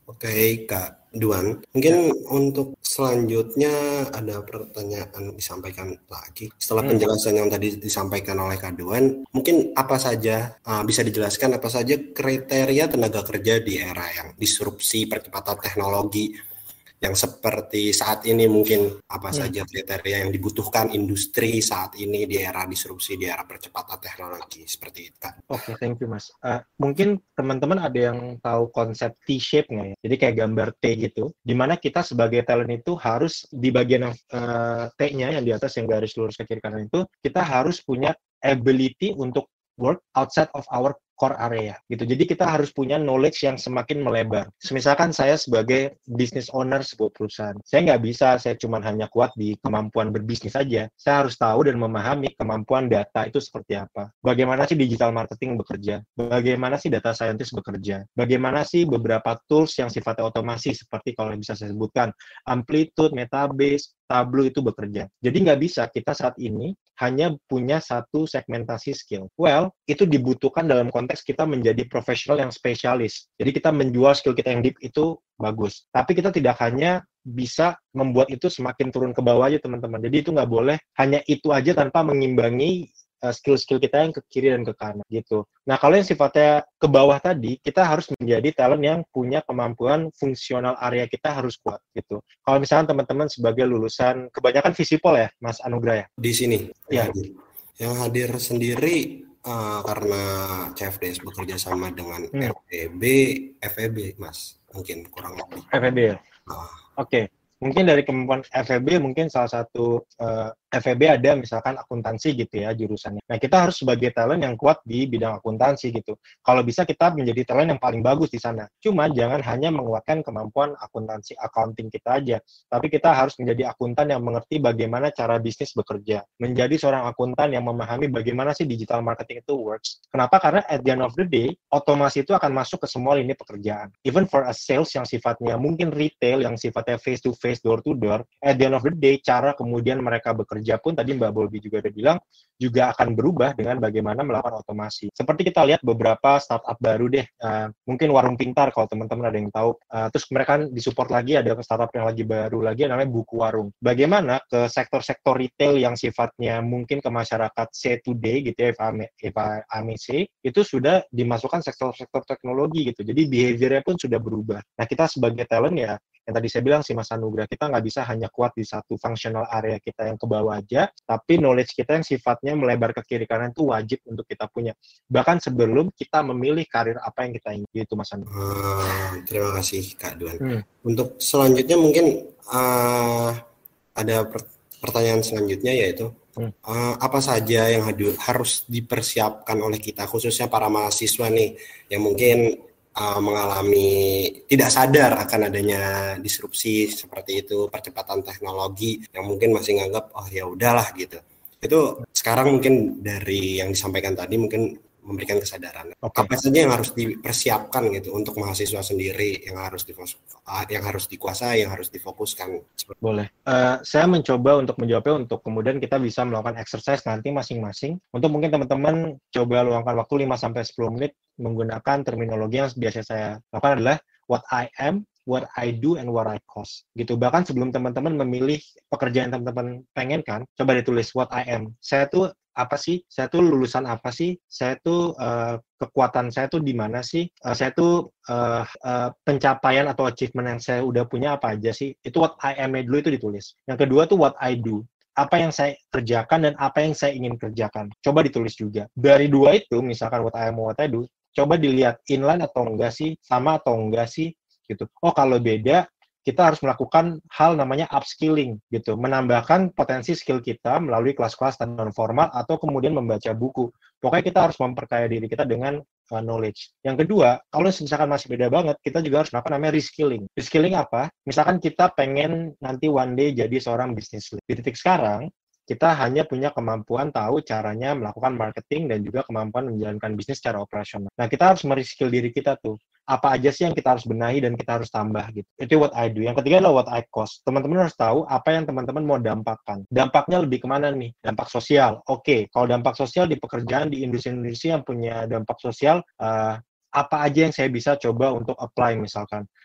Oke, Kak Duan. Mungkin ya. Untuk selanjutnya ada pertanyaan disampaikan lagi. Setelah hmm. penjelasan yang tadi disampaikan oleh Kak Duan, mungkin apa saja uh, bisa dijelaskan apa saja kriteria tenaga kerja di era yang disrupsi percepatan teknologi yang seperti saat ini, mungkin apa hmm. saja kriteria yang dibutuhkan industri saat ini di era disrupsi, di era percepatan teknologi seperti itu, Kak. Oke, okay, thank you, Mas. Uh, mungkin teman-teman ada yang tahu konsep T-shape nggak ya? Jadi kayak gambar T gitu, di mana kita sebagai talent itu harus di bagian uh, T-nya yang di atas yang garis lurus ke kiri kanan itu, kita harus punya ability untuk work outside of our core area gitu. Jadi kita harus punya knowledge yang semakin melebar. Misalkan saya sebagai business owner sebuah perusahaan, saya nggak bisa saya cuma hanya kuat di kemampuan berbisnis saja. Saya harus tahu dan memahami kemampuan data itu seperti apa. Bagaimana sih digital marketing bekerja? Bagaimana sih data scientist bekerja? Bagaimana sih beberapa tools yang sifatnya otomasi seperti kalau bisa saya sebutkan Amplitude, Metabase, Tableau itu bekerja. Jadi nggak bisa kita saat ini hanya punya satu segmentasi skill. Well, itu dibutuhkan dalam konteks kita menjadi profesional yang spesialis. Jadi kita menjual skill kita yang deep itu bagus. Tapi kita tidak hanya bisa membuat itu semakin turun ke bawah aja, teman-teman. Jadi itu nggak boleh hanya itu aja tanpa mengimbangi skill-skill kita yang ke kiri dan ke kanan gitu. Nah, kalau yang sifatnya ke bawah tadi, kita harus menjadi talent yang punya kemampuan fungsional area kita harus kuat gitu. Kalau misalnya teman-teman sebagai lulusan kebanyakan Visipol ya, Mas Anugrah ya? Di sini. Ya. Hadir. Yang hadir sendiri uh, karena C F D S bekerja sama dengan hmm. F E B, F E B, Mas. Mungkin kurang lebih. F E B ya? Uh. Oke. Okay. Mungkin dari kemampuan F E B, mungkin salah satu uh, F E B ada misalkan akuntansi gitu ya jurusannya. Nah, kita harus sebagai talent yang kuat di bidang akuntansi gitu. Kalau bisa kita menjadi talent yang paling bagus di sana. Cuma jangan hanya menguatkan kemampuan akuntansi accounting kita aja, tapi kita harus menjadi akuntan yang mengerti bagaimana cara bisnis bekerja. Menjadi seorang akuntan yang memahami bagaimana sih digital marketing itu works. Kenapa? Karena at the end of the day, otomasi itu akan masuk ke semua lini pekerjaan. Even for a sales yang sifatnya mungkin retail, yang sifatnya face to face, door to door, at the end of the day, cara kemudian mereka bekerja pun tadi Mbak Bolbi juga udah bilang juga akan berubah dengan bagaimana melakukan otomasi. Seperti kita lihat beberapa startup baru deh, uh, mungkin Warung Pintar kalau teman-teman ada yang tahu. Uh, terus mereka kan disupport lagi ada startup yang lagi baru lagi namanya Buku Warung. Bagaimana ke sektor-sektor retail yang sifatnya mungkin ke masyarakat say today gitu ya, if I may say, itu sudah dimasukkan sektor-sektor teknologi gitu. Jadi behavior-nya pun sudah berubah. Nah, kita sebagai talent ya, yang tadi saya bilang sih Mas Anugrah, kita nggak bisa hanya kuat di satu functional area kita yang ke bawah aja, tapi knowledge kita yang sifatnya melebar ke kiri kanan itu wajib untuk kita punya. Bahkan sebelum kita memilih karir apa yang kita ingin, gitu Mas Anugrah. Uh, terima kasih Kak Duan. Hmm. Untuk selanjutnya mungkin uh, ada per- pertanyaan selanjutnya yaitu hmm. uh, apa saja yang hadu- harus dipersiapkan oleh kita, khususnya para mahasiswa nih, yang mungkin Uh, mengalami tidak sadar akan adanya disrupsi seperti itu, percepatan teknologi yang mungkin masih nganggap oh ya udahlah gitu. Itu sekarang mungkin dari yang disampaikan tadi mungkin memberikan kesadaran. Okay. Apa saja yang harus dipersiapkan gitu untuk mahasiswa sendiri yang harus difokus, yang harus dikuasai, yang harus difokuskan. Boleh. Uh, saya mencoba untuk menjawabnya untuk kemudian kita bisa melakukan exercise nanti masing-masing. Untuk mungkin teman-teman coba luangkan waktu lima sampai sepuluh menit menggunakan terminologi yang biasa saya lakukan adalah what I am, what I do, and what I cost. Gitu. Bahkan sebelum teman-teman memilih pekerjaan yang teman-teman pengen kan, coba ditulis what I am. Saya tuh apa sih? Saya tuh lulusan apa sih? Saya tuh uh, kekuatan saya tuh di mana sih? Uh, saya tuh uh, uh, pencapaian atau achievement yang saya udah punya apa aja sih? Itu what I am-nya dulu itu ditulis. Yang kedua tuh what I do. Apa yang saya kerjakan dan apa yang saya ingin kerjakan. Coba ditulis juga. Dari dua itu, misalkan what I am, what I do, coba dilihat inline atau enggak sih, sama atau enggak sih, gitu. Oh, kalau beda, kita harus melakukan hal namanya upskilling, gitu. Menambahkan potensi skill kita melalui kelas-kelas non formal atau kemudian membaca buku. Pokoknya kita harus memperkaya diri kita dengan uh, knowledge. Yang kedua, kalau misalkan masih beda banget, kita juga harus melakukan namanya reskilling. Reskilling apa? Misalkan kita pengen nanti one day jadi seorang business lead. Di titik sekarang, kita hanya punya kemampuan tahu caranya melakukan marketing dan juga kemampuan menjalankan bisnis secara operasional. Nah, kita harus mereskill diri kita tuh. Apa aja sih yang kita harus benahi dan kita harus tambah gitu. Itu what I do. Yang ketiga adalah what I cost. Teman-teman harus tahu apa yang teman-teman mau dampakkan. Dampaknya lebih kemana nih? Dampak sosial. Oke, okay. Kalau dampak sosial di pekerjaan di industri-industri yang punya dampak sosial, uh, apa aja yang saya bisa coba untuk apply misalkan.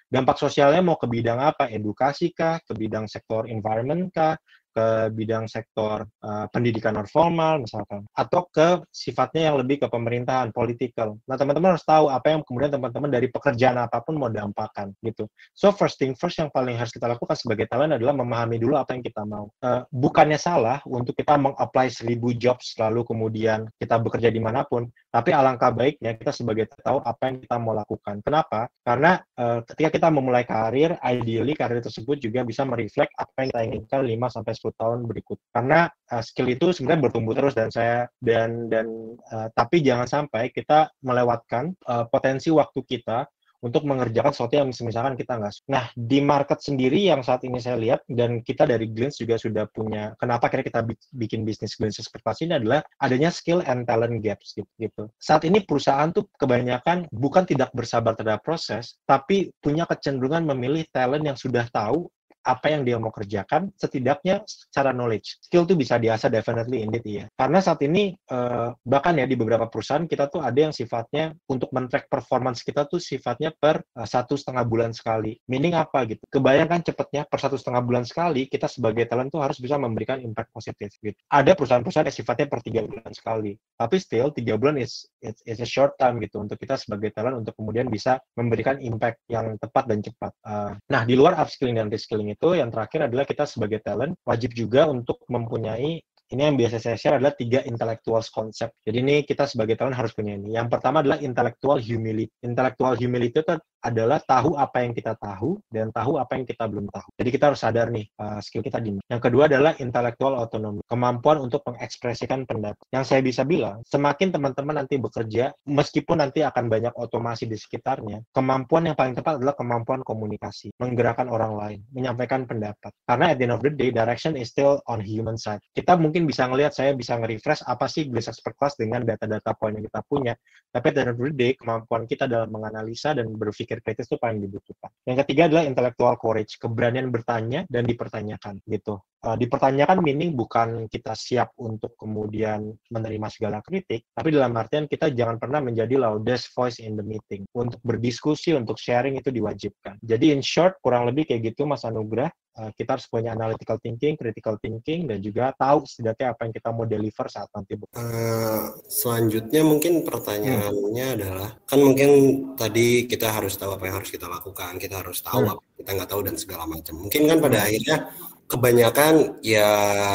Dampak sosialnya mau ke bidang apa? Edukasi kah? Ke bidang sektor environment kah? Ke bidang sektor uh, pendidikan non formal misalkan, atau ke sifatnya yang lebih ke pemerintahan, political. Nah, teman-teman harus tahu apa yang kemudian teman-teman dari pekerjaan apapun mau dampakkan gitu. So first thing first yang paling harus kita lakukan sebagai talent adalah memahami dulu apa yang kita mau. Uh, bukannya salah untuk kita meng-apply seribu jobs lalu kemudian kita bekerja dimanapun, tapi alangkah baiknya kita sebagai tahu apa yang kita mau lakukan. Kenapa? Karena uh, ketika kita memulai karir, ideally karir tersebut juga bisa mereflect apa yang kita inginkan lima sampai sepuluh tahun berikut. Karena uh, skill itu sebenarnya bertumbuh terus dan saya dan dan uh, tapi jangan sampai kita melewatkan uh, potensi waktu kita untuk mengerjakan sesuatu yang misalkan kita nggak suka. Nah, di market sendiri yang saat ini saya lihat, dan kita dari Glints juga sudah punya, kenapa kira kita bikin bisnis Glints seperti ini adalah adanya skill and talent gaps gitu. Saat ini perusahaan tuh kebanyakan bukan tidak bersabar terhadap proses, tapi punya kecenderungan memilih talent yang sudah tahu apa yang dia mau kerjakan, setidaknya secara knowledge. Skill tuh bisa diasah, definitely indeed iya. Karena saat ini, uh, bahkan ya di beberapa perusahaan, kita tuh ada yang sifatnya untuk men-track performance kita tuh sifatnya per uh, satu setengah bulan sekali. Meaning apa gitu? Kebayangkan cepatnya per satu setengah bulan sekali, kita sebagai talent tuh harus bisa memberikan impact positif gitu. Ada perusahaan-perusahaan yang sifatnya per tiga bulan sekali. Tapi still, tiga bulan is, it's, it's a short time gitu, untuk kita sebagai talent untuk kemudian bisa memberikan impact yang tepat dan cepat. Uh, nah, di luar upskilling dan reskilling itu, yang terakhir adalah kita sebagai talent wajib juga untuk mempunyai, ini yang biasa saya share adalah tiga intellectual concept. Jadi ini kita sebagai talent harus punya ini. Yang pertama adalah intellectual humility. Intellectual humility itu adalah tahu apa yang kita tahu dan tahu apa yang kita belum tahu. Jadi kita harus sadar nih uh, skill kita di mana. Yang kedua adalah intellectual autonomy, kemampuan untuk mengekspresikan pendapat. Yang saya bisa bilang, semakin teman-teman nanti bekerja, meskipun nanti akan banyak otomasi di sekitarnya, kemampuan yang paling tepat adalah kemampuan komunikasi, menggerakkan orang lain, menyampaikan pendapat. Karena at the end of the day, direction is still on human side. Kita mungkin bisa ngelihat, saya bisa nge-refresh apa sih Glints Expert Class dengan data-data poin yang kita punya. Tapi at the end of the day, kemampuan kita dalam menganalisa dan berpikir kritis itu paling dibutuhkan. Yang ketiga adalah intellectual courage, keberanian bertanya dan dipertanyakan gitu. Uh, dipertanyakan meaning bukan kita siap untuk kemudian menerima segala kritik, tapi dalam artian kita jangan pernah menjadi loudest voice in the meeting. Untuk berdiskusi, untuk sharing itu diwajibkan. Jadi in short, kurang lebih kayak gitu Mas Anugrah. Uh, kita harus punya analytical thinking, critical thinking, dan juga tahu setidaknya apa yang kita mau deliver saat nanti. Uh, selanjutnya mungkin pertanyaannya hmm. adalah, kan mungkin tadi kita harus tahu apa yang harus kita lakukan, kita harus tahu hmm. apa yang kita nggak tahu dan segala macam. Mungkin kan pada hmm. akhirnya kebanyakan ya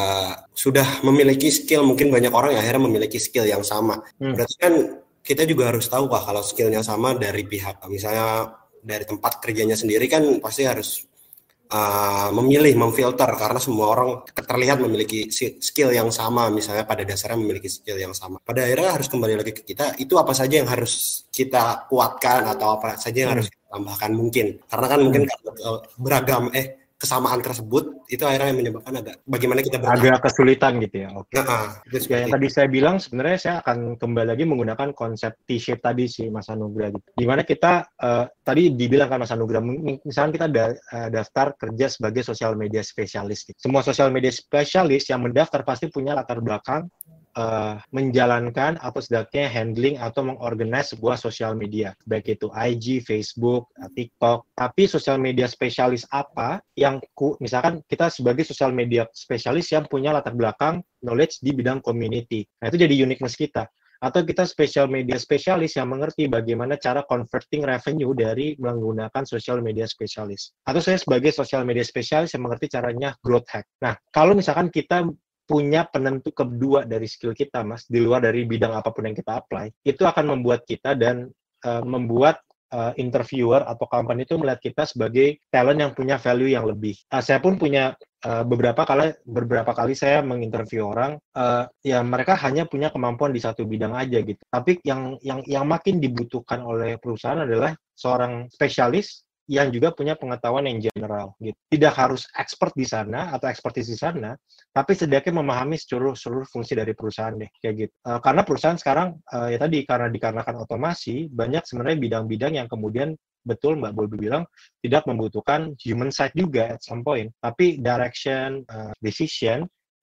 sudah memiliki skill, mungkin banyak orang yang akhirnya memiliki skill yang sama. Hmm. Berarti kan kita juga harus tahu Pak, kalau skillnya sama dari pihak, misalnya dari tempat kerjanya sendiri kan pasti harus Uh, memilih, memfilter, karena semua orang terlihat memiliki skill yang sama, misalnya pada dasarnya memiliki skill yang sama. Pada akhirnya harus kembali lagi ke kita, itu apa saja yang harus kita kuatkan atau apa saja yang hmm. harus kita tambahkan mungkin. Karena kan hmm. mungkin uh, beragam, eh kesamaan tersebut itu akhirnya menyebabkan agak bagaimana kita bertahan. Agak kesulitan gitu ya. Oke. Okay. Nah, ya, yang tadi saya bilang sebenarnya saya akan kembali lagi menggunakan konsep T-shape tadi sih Mas Anugrah gitu. Di mana kita uh, tadi dibilang kan Mas Anugrah, misalkan kita da, uh, daftar kerja sebagai sosial media spesialis gitu. Semua sosial media spesialis yang mendaftar pasti punya latar belakang Uh, menjalankan atau setidaknya handling atau mengorganize sebuah sosial media, baik itu I G, Facebook, TikTok. Tapi sosial media spesialis apa yang ku, misalkan kita sebagai sosial media spesialis yang punya latar belakang knowledge di bidang community. Nah, itu jadi uniqueness kita. Atau kita social media spesialis yang mengerti bagaimana cara converting revenue dari menggunakan social media spesialis. Atau saya sebagai social media spesialis yang mengerti caranya growth hack. Nah, kalau misalkan kita punya penentu kedua dari skill kita, Mas, di luar dari bidang apapun yang kita apply, itu akan membuat kita dan uh, membuat uh, interviewer atau company itu melihat kita sebagai talent yang punya value yang lebih. Uh, saya pun punya uh, beberapa kali beberapa kali saya menginterview orang, uh, ya mereka hanya punya kemampuan di satu bidang aja gitu. Tapi yang yang yang makin dibutuhkan oleh perusahaan adalah seorang spesialis yang juga punya pengetahuan yang general gitu. Tidak harus expert di sana atau expertise di sana, tapi setidaknya memahami seluruh seluruh fungsi dari perusahaan deh kayak gitu. Uh, karena perusahaan sekarang uh, ya tadi karena dikarenakan otomasi, banyak sebenarnya bidang-bidang yang kemudian betul Mbak Bolbi bilang tidak membutuhkan human side juga at some point, tapi direction, uh, decision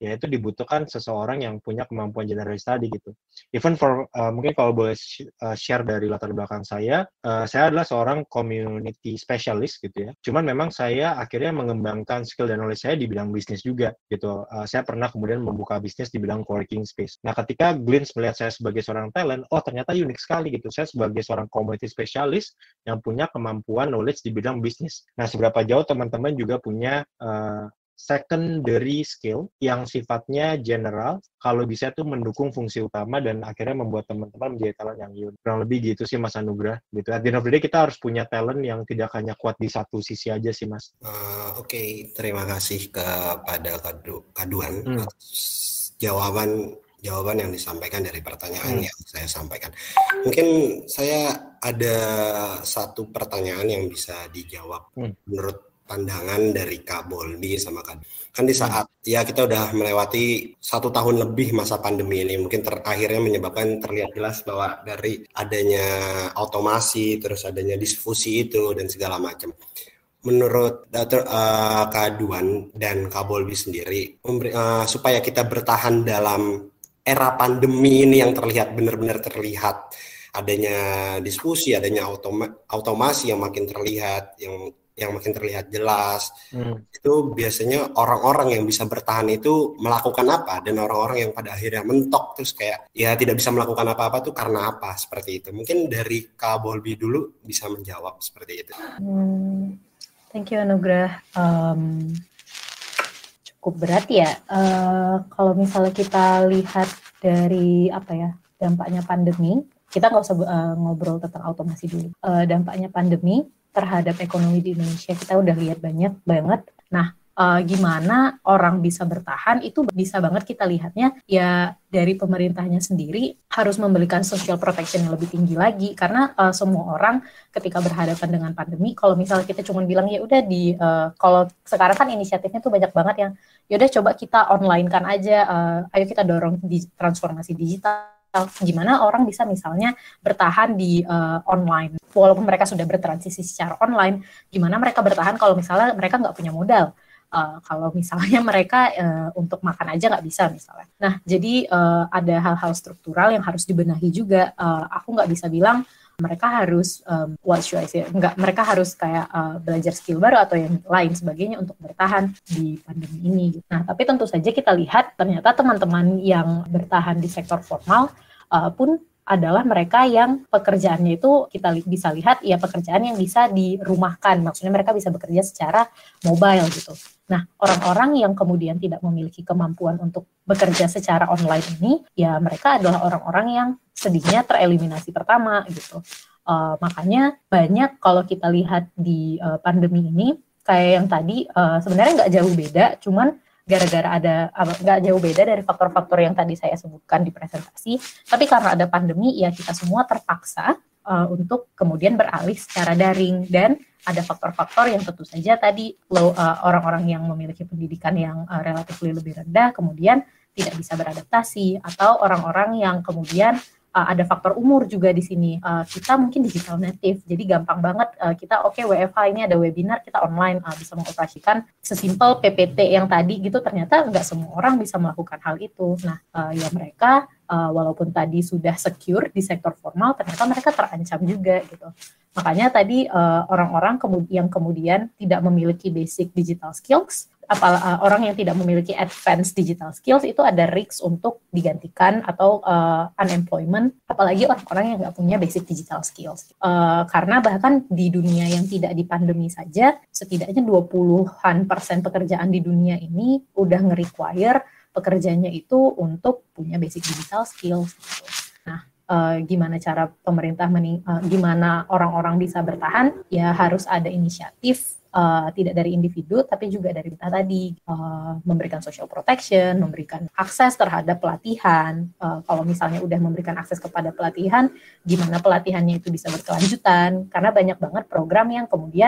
ya itu dibutuhkan seseorang yang punya kemampuan general study gitu. Even for uh, mungkin kalau boleh sh- uh, share dari latar belakang saya, uh, saya adalah seorang community specialist gitu ya. Cuman memang saya akhirnya mengembangkan skill dan knowledge saya di bidang bisnis juga gitu. Uh, saya pernah kemudian membuka bisnis di bidang co-working space. Nah, ketika Glints melihat saya sebagai seorang talent, oh ternyata unik sekali gitu. Saya sebagai seorang community specialist yang punya kemampuan knowledge di bidang bisnis. Nah, seberapa jauh teman-teman juga punya uh, secondary skill yang sifatnya general, kalau bisa tuh mendukung fungsi utama dan akhirnya membuat teman-teman menjadi talent yang unik. Kurang lebih gitu sih Mas Anugrah. Gitu. At the end of the day kita harus punya talent yang tidak hanya kuat di satu sisi aja sih Mas. Uh, Oke, okay. Terima kasih kepada Kadu, Kaduan Hmm. atas jawaban jawaban yang disampaikan dari pertanyaan hmm. yang saya sampaikan. Mungkin saya ada satu pertanyaan yang bisa dijawab hmm. menurut pandangan dari Kak Boldi sama Kak. Kan di saat hmm. ya kita udah melewati satu tahun lebih masa pandemi ini, mungkin terakhirnya menyebabkan terlihat jelas bahwa dari adanya otomasi, terus adanya distribusi itu dan segala macam. Menurut Dokter uh, Kak Duan dan Kak Boldi sendiri, memberi, uh, supaya kita bertahan dalam era pandemi ini yang terlihat benar-benar terlihat adanya diskusi, adanya automa- otomasi yang makin terlihat, yang yang makin terlihat jelas, hmm. itu biasanya orang-orang yang bisa bertahan itu melakukan apa, dan orang-orang yang pada akhirnya mentok terus kayak ya tidak bisa melakukan apa-apa tuh karena apa, seperti itu. Mungkin dari Kak Bolbi dulu bisa menjawab seperti itu. Hmm, thank you Anugrah. Um, cukup berat ya. Uh, kalau misalnya kita lihat dari apa ya dampaknya pandemi, kita nggak usah uh, ngobrol tentang otomasi dulu. Uh, dampaknya pandemi terhadap ekonomi di Indonesia kita udah lihat banyak banget. Nah, uh, gimana orang bisa bertahan itu bisa banget kita lihatnya ya dari pemerintahnya sendiri harus memberikan social protection yang lebih tinggi lagi karena uh, semua orang ketika berhadapan dengan pandemi, kalau misalnya kita cuma bilang ya udah di uh, kalau sekarang kan inisiatifnya tuh banyak banget yang ya udah coba kita online kan aja, uh, ayo kita dorong di transformasi digital. Gimana orang bisa misalnya bertahan di uh, online walaupun mereka sudah bertransisi secara online, gimana mereka bertahan kalau misalnya mereka nggak punya modal, uh, kalau misalnya mereka uh, untuk makan aja nggak bisa misalnya. Nah jadi uh, ada hal-hal struktural yang harus dibenahi juga. uh, aku nggak bisa bilang mereka harus um, what should I say? Enggak, mereka harus kayak uh, belajar skill baru atau yang lain sebagainya untuk bertahan di pandemi ini. Nah, tapi tentu saja kita lihat ternyata teman-teman yang bertahan di sektor formal uh, pun adalah mereka yang pekerjaannya itu kita li- bisa lihat ya pekerjaan yang bisa dirumahkan. Maksudnya mereka bisa bekerja secara mobile gitu. Nah, orang-orang yang kemudian tidak memiliki kemampuan untuk bekerja secara online ini, ya mereka adalah orang-orang yang sedihnya tereliminasi pertama gitu. Uh, makanya banyak kalau kita lihat di uh, pandemi ini, kayak yang tadi uh, sebenarnya nggak jauh beda, cuman gara-gara ada nggak jauh beda dari faktor-faktor yang tadi saya sebutkan di presentasi, tapi karena ada pandemi, ya kita semua terpaksa uh, untuk kemudian beralih secara daring dan ada faktor-faktor yang tentu saja tadi low, uh, orang-orang yang memiliki pendidikan yang uh, relatif lebih rendah kemudian tidak bisa beradaptasi, atau orang-orang yang kemudian uh, ada faktor umur juga di sini. Uh, kita mungkin digital native, jadi gampang banget uh, kita oke okay, W F H ini ada webinar, kita online uh, bisa mengoperasikan sesimpel P P T yang tadi gitu. Ternyata nggak semua orang bisa melakukan hal itu. Nah, uh, ya mereka uh, walaupun tadi sudah secure di sektor formal, ternyata mereka terancam juga gitu. Makanya tadi uh, orang-orang kemud- yang kemudian tidak memiliki basic digital skills, apal- uh, orang yang tidak memiliki advanced digital skills itu ada risk untuk digantikan atau uh, unemployment, apalagi orang-orang yang nggak punya basic digital skills. Uh, karena bahkan di dunia yang tidak di pandemi saja, setidaknya dua puluhan persen pekerjaan di dunia ini udah nge-require pekerjanya itu untuk punya basic digital skills. Gitu. Nah, Uh, gimana cara pemerintah mening- uh, gimana orang-orang bisa bertahan, ya harus ada inisiatif uh, tidak dari individu tapi juga dari kita tadi, uh, memberikan social protection, memberikan akses terhadap pelatihan. Uh, kalau misalnya udah memberikan akses kepada pelatihan, gimana pelatihannya itu bisa berkelanjutan, karena banyak banget program yang kemudian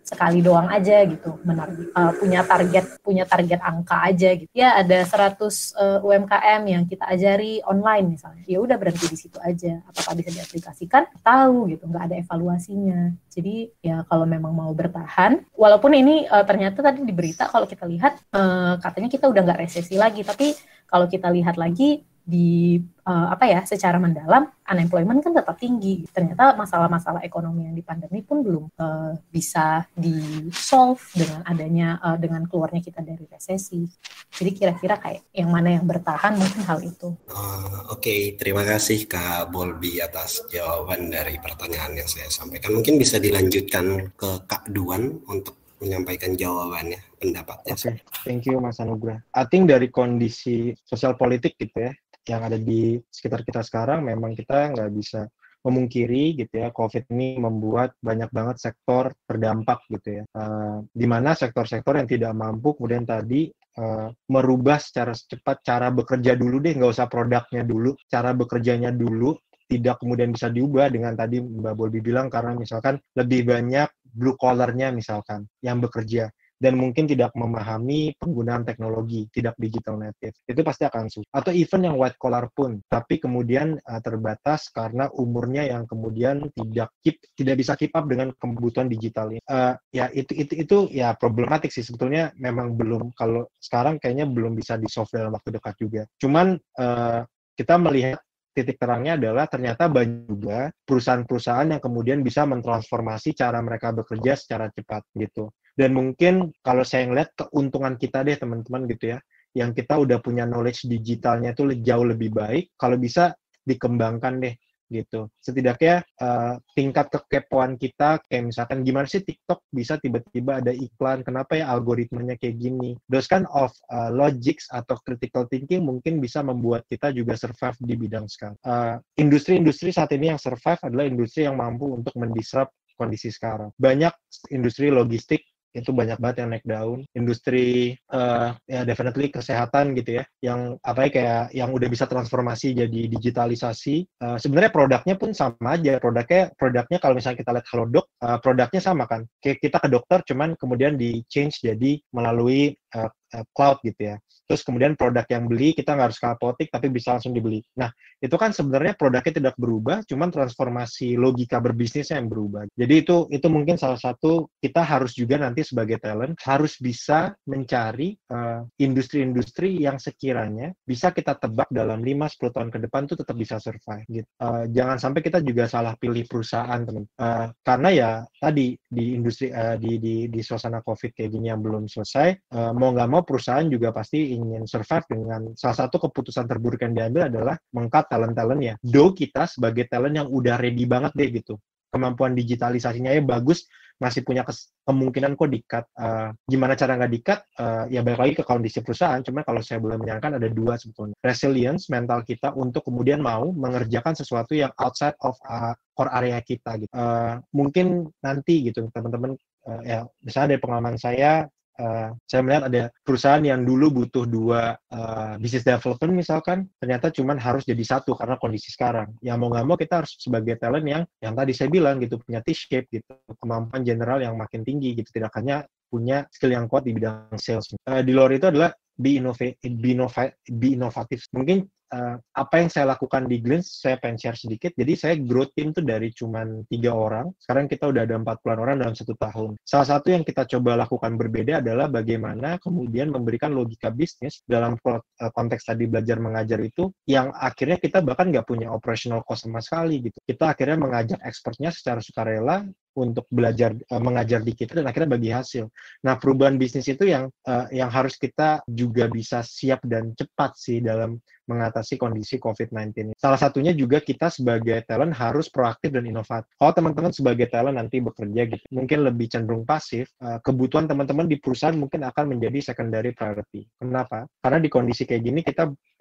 sekali doang aja gitu, benar uh, punya target punya target angka aja gitu. Ya ada seratus uh, U M K M yang kita ajari online misalnya. Ya udah berhenti di situ aja. Apakah bisa diaplikasikan? Tahu gitu, nggak ada evaluasinya. Jadi ya kalau memang mau bertahan, walaupun ini uh, ternyata tadi di berita kalau kita lihat uh, katanya kita udah nggak resesi lagi, tapi kalau kita lihat lagi di uh, apa ya secara mendalam unemployment kan tetap tinggi. Ternyata masalah-masalah ekonomi yang di pandemi pun belum uh, bisa di solve dengan adanya uh, dengan keluarnya kita dari resesi. Jadi kira-kira kayak yang mana yang bertahan mungkin hal itu. Uh, Oke, okay. Terima kasih Kak Bolbi atas jawaban dari pertanyaan yang saya sampaikan. Mungkin bisa dilanjutkan ke Kak Duan untuk menyampaikan jawabannya, pendapatnya. Oke, okay. Thank you Mas Anugrah. I think dari kondisi sosial politik gitu ya, yang ada di sekitar kita sekarang, memang kita nggak bisa memungkiri gitu ya, COVID ini membuat banyak banget sektor terdampak gitu ya. Uh, di mana sektor-sektor yang tidak mampu kemudian tadi uh, merubah secara cepat cara bekerja dulu deh, nggak usah produknya dulu, cara bekerjanya dulu, tidak kemudian bisa diubah dengan tadi Mbak Bolbi bilang karena misalkan lebih banyak blue collar-nya misalkan yang bekerja dan mungkin tidak memahami penggunaan teknologi, tidak digital native, itu pasti akan sulit. Atau even yang white collar pun, tapi kemudian uh, terbatas karena umurnya yang kemudian tidak keep, tidak bisa keep up dengan kebutuhan digital ini. Uh, ya itu itu itu ya problematik sih sebetulnya. Memang belum, kalau sekarang kayaknya belum bisa di solve dalam waktu dekat juga. Cuman uh, kita melihat titik terangnya adalah ternyata banyak juga perusahaan-perusahaan yang kemudian bisa mentransformasi cara mereka bekerja secara cepat gitu. Dan mungkin kalau saya ngeliat keuntungan kita deh teman-teman gitu ya, yang kita udah punya knowledge digitalnya itu jauh lebih baik, kalau bisa dikembangkan deh gitu. Setidaknya uh, tingkat kekepoan kita, kayak misalkan gimana sih TikTok bisa tiba-tiba ada iklan, kenapa ya algoritmanya kayak gini. Those kind of uh, logics atau critical thinking mungkin bisa membuat kita juga survive di bidang sekarang. Uh, industri-industri saat ini yang survive adalah industri yang mampu untuk mendisrupt kondisi sekarang. Banyak industri logistik itu banyak banget yang naik daun. Industri uh, ya definitely kesehatan gitu ya, yang apa ya kayak yang udah bisa transformasi jadi digitalisasi. Uh, sebenarnya produknya pun sama aja. Produknya produknya kalau misalnya kita lihat Halodoc, uh, produknya sama kan. Kayak kita ke dokter cuman kemudian di change jadi melalui uh, uh, cloud gitu ya. Terus kemudian produk yang beli kita nggak harus ke apotek tapi bisa langsung dibeli. Nah itu kan sebenarnya produknya tidak berubah, cuman transformasi logika berbisnisnya yang berubah. Jadi itu itu mungkin salah satu kita harus juga nanti sebagai talent harus bisa mencari uh, industri-industri yang sekiranya bisa kita tebak dalam lima sampai sepuluh tahun ke depan tuh tetap bisa survive gitu. Uh, jangan sampai kita juga salah pilih perusahaan teman. Uh, karena ya tadi di industri uh, di di di suasana COVID kayak gini yang belum selesai, uh, mau nggak mau perusahaan juga pasti ingin survive dengan salah satu keputusan terburuk yang diambil adalah mengkat talent-talentnya. Do kita sebagai talent yang udah ready banget deh gitu. Kemampuan digitalisasinya ya bagus, masih punya kes- kemungkinan kok di-cut. Uh, gimana cara nggak di-cut? Uh, ya balik lagi ke kondisi perusahaan, cuma kalau saya boleh menyarankan ada dua sebetulnya. Resilience, mental kita untuk kemudian mau mengerjakan sesuatu yang outside of uh, core area kita. Gitu. Uh, mungkin nanti gitu teman-teman, uh, ya misalnya dari pengalaman saya, Uh, saya melihat ada perusahaan yang dulu butuh dua uh, business development misalkan, ternyata cuman harus jadi satu karena kondisi sekarang. Yang mau nggak mau kita harus sebagai talent yang yang tadi saya bilang gitu, punya T-shape gitu, kemampuan general yang makin tinggi gitu, tidak hanya punya skill yang kuat di bidang sales. Uh, di luar itu adalah be innovative, be, innova- be inovatif. Mungkin uh, apa yang saya lakukan di Glints, saya pengen share sedikit. Jadi saya grow team tuh dari cuman tiga orang. Sekarang kita udah ada empat puluh orang dalam satu tahun. Salah satu yang kita coba lakukan berbeda adalah bagaimana kemudian memberikan logika bisnis dalam konteks tadi belajar mengajar itu, yang akhirnya kita bahkan nggak punya operational cost sama sekali gitu. Kita akhirnya mengajak expertnya secara sukarela untuk belajar uh, mengajar di kita dan akhirnya bagi hasil. Nah, perubahan bisnis itu yang uh, yang harus kita juga bisa siap dan cepat sih dalam mengatasi kondisi covid sembilan belas. Salah satunya juga kita sebagai talent harus proaktif dan inovatif. Kalau teman-teman sebagai talent nanti bekerja gitu, mungkin lebih cenderung pasif, uh, kebutuhan teman-teman di perusahaan mungkin akan menjadi secondary priority. Kenapa? Karena di kondisi kayak gini kita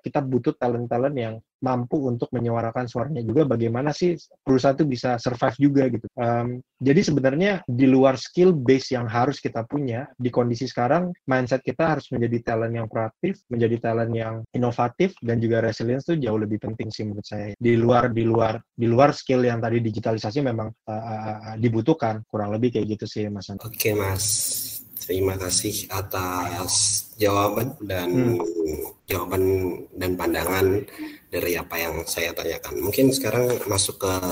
kita butuh talent-talent yang mampu untuk menyuarakan suaranya juga, bagaimana sih perusahaan itu bisa survive juga gitu. Um, jadi sebenarnya di luar skill base yang harus kita punya, di kondisi sekarang, mindset kita harus menjadi talent yang proaktif, menjadi talent yang inovatif, dan juga resilience itu jauh lebih penting sih menurut saya. Di luar, di luar, di luar skill yang tadi digitalisasi memang uh, uh, dibutuhkan, kurang lebih kayak gitu sih Mas. Oke Mas, terima kasih atas jawaban dan hmm. jawaban dan pandangan dari apa yang saya tanyakan. Mungkin sekarang masuk ke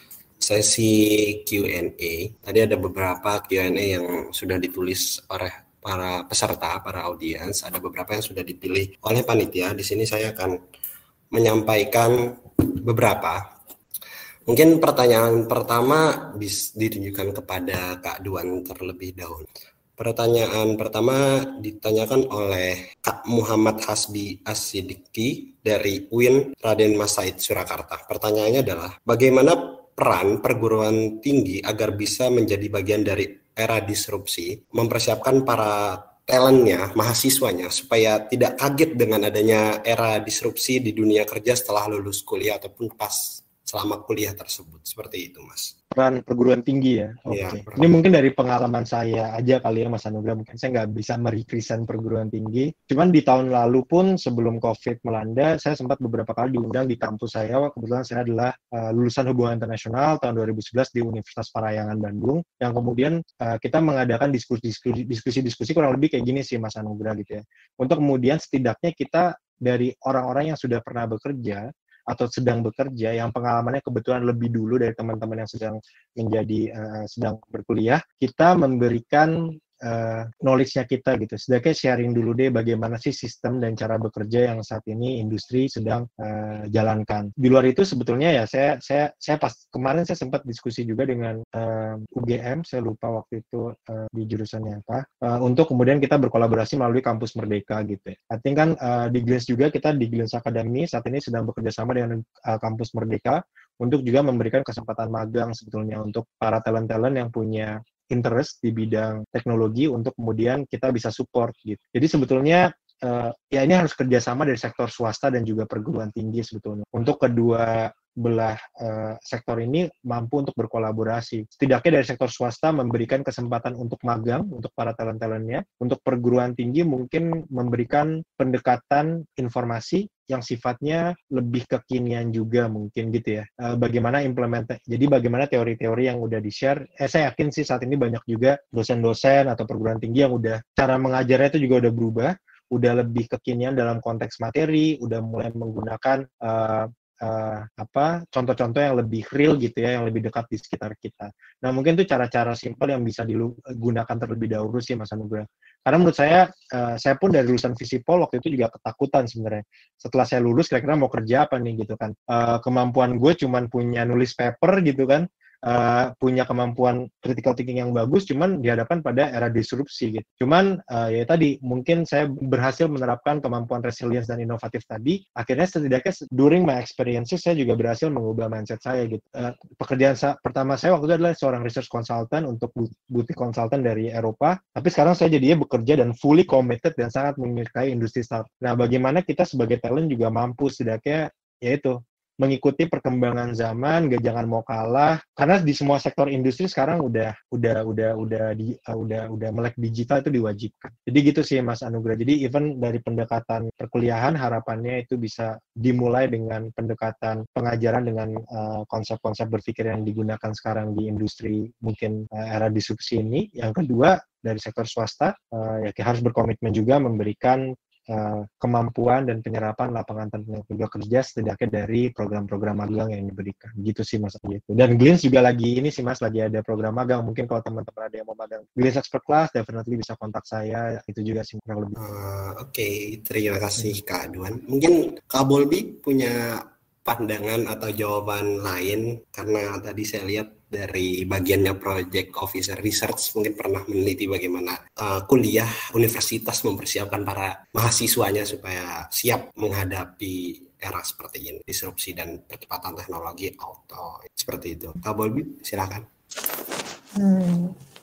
sesi Q and A. Tadi ada beberapa Q and A yang sudah ditulis oleh para peserta, para audiens. Ada beberapa yang sudah dipilih oleh panitia. Di sini saya akan menyampaikan beberapa. Mungkin pertanyaan pertama bisa ditunjukkan kepada Kak Duan terlebih dahulu. Pertanyaan pertama ditanyakan oleh Kak Muhammad Hasbi As-Siddiqi dari U I N Raden Mas Said Surakarta. Pertanyaannya adalah, bagaimana peran perguruan tinggi agar bisa menjadi bagian dari era disrupsi, mempersiapkan para talentnya, mahasiswanya, supaya tidak kaget dengan adanya era disrupsi di dunia kerja setelah lulus kuliah ataupun pas selama kuliah tersebut. Seperti itu, Mas. Peran perguruan tinggi ya? Oke. Okay. Ya, ini mungkin dari pengalaman saya aja kali ya, Mas Anugrah. Mungkin saya nggak bisa merepresent perguruan tinggi. Cuman di tahun lalu pun sebelum COVID melanda, saya sempat beberapa kali diundang di kampus saya. Kebetulan saya adalah uh, lulusan hubungan internasional tahun dua ribu sebelas di Universitas Parayangan Bandung. Yang kemudian uh, kita mengadakan diskusi-diskusi kurang lebih kayak gini sih, Mas Anugrah gitu ya. Untuk kemudian setidaknya kita dari orang-orang yang sudah pernah bekerja atau sedang bekerja, yang pengalamannya kebetulan lebih dulu dari teman-teman yang sedang menjadi uh, sedang berkuliah, kita memberikan uh, knowledge-nya kita gitu. Sedangkan sharing dulu deh bagaimana sih sistem dan cara bekerja yang saat ini industri sedang uh, jalankan. Di luar itu sebetulnya ya saya saya saya pas kemarin saya sempat diskusi juga dengan uh, U G M, saya lupa waktu itu uh, di jurusannya apa, uh, untuk kemudian kita berkolaborasi melalui Kampus Merdeka gitu. Artinya kan uh, di Glins juga kita di Glins Academy saat ini sedang bekerja sama dengan uh, Kampus Merdeka untuk juga memberikan kesempatan magang sebetulnya untuk para talent-talent yang punya interest di bidang teknologi untuk kemudian kita bisa support gitu. Jadi sebetulnya uh, ya ini harus kerjasama dari sektor swasta dan juga perguruan tinggi sebetulnya. Untuk kedua belah uh, sektor ini mampu untuk berkolaborasi. Setidaknya dari sektor swasta memberikan kesempatan untuk magang untuk para talent-talentnya. Untuk perguruan tinggi mungkin memberikan pendekatan informasi yang sifatnya lebih kekinian juga mungkin gitu ya. Uh, bagaimana implementasi, jadi bagaimana teori-teori yang udah di-share. Eh, saya yakin sih saat ini banyak juga dosen-dosen atau perguruan tinggi yang udah, cara mengajarnya itu juga udah berubah, udah lebih kekinian dalam konteks materi, udah mulai menggunakan uh, Uh, apa contoh-contoh yang lebih real gitu ya, yang lebih dekat di sekitar kita. Nah mungkin itu cara-cara simpel yang bisa digunakan terlebih dahulu sih Mas Anugrah. Karena menurut saya, uh, saya pun dari lulusan Visipol waktu itu juga ketakutan sebenarnya. Setelah saya lulus kira-kira mau kerja apa nih gitu kan. Uh, kemampuan gue cuman punya nulis paper gitu kan. Uh, punya kemampuan critical thinking yang bagus, cuman dihadapkan pada era disrupsi gitu. Cuman uh, ya tadi mungkin saya berhasil menerapkan kemampuan resilience dan inovatif tadi. Akhirnya setidaknya during my experiences saya juga berhasil mengubah mindset saya gitu. Uh, pekerjaan sa- pertama saya waktu itu adalah seorang research consultant untuk boutique consultant dari Eropa. Tapi sekarang saya jadinya bekerja dan fully committed dan sangat menyukai industri startup. Nah, bagaimana kita sebagai talent juga mampu setidaknya yaitu mengikuti perkembangan zaman, gak jangan mau kalah, karena di semua sektor industri sekarang udah udah udah udah di uh, udah udah melek digital itu diwajibkan. Jadi gitu sih Mas Anugrah. Jadi even dari pendekatan perkuliahan harapannya itu bisa dimulai dengan pendekatan pengajaran dengan uh, konsep-konsep berpikir yang digunakan sekarang di industri mungkin uh, era disrupsi ini. Yang kedua dari sektor swasta uh, ya harus berkomitmen juga memberikan Uh, kemampuan dan penyerapan lapangan tenaga kerja setidaknya dari program-program magang yang diberikan. Gitu sih Mas. Gitu. Dan Glins juga lagi ini sih Mas, lagi ada program magang. Mungkin kalau teman-teman ada yang mau magang Glins Expert Class, definitely bisa kontak saya. Itu juga sih kurang lebih. Uh, Oke, okay. Terima kasih hmm. Kak Duan. Mungkin Kak Bolbi punya pandangan atau jawaban lain, karena tadi saya lihat dari bagiannya Project Officer Research mungkin pernah meneliti bagaimana uh, kuliah universitas mempersiapkan para mahasiswanya supaya siap menghadapi era seperti ini, disrupsi dan percepatan teknologi auto seperti itu. Kak Bolbi, silakan. Hmm,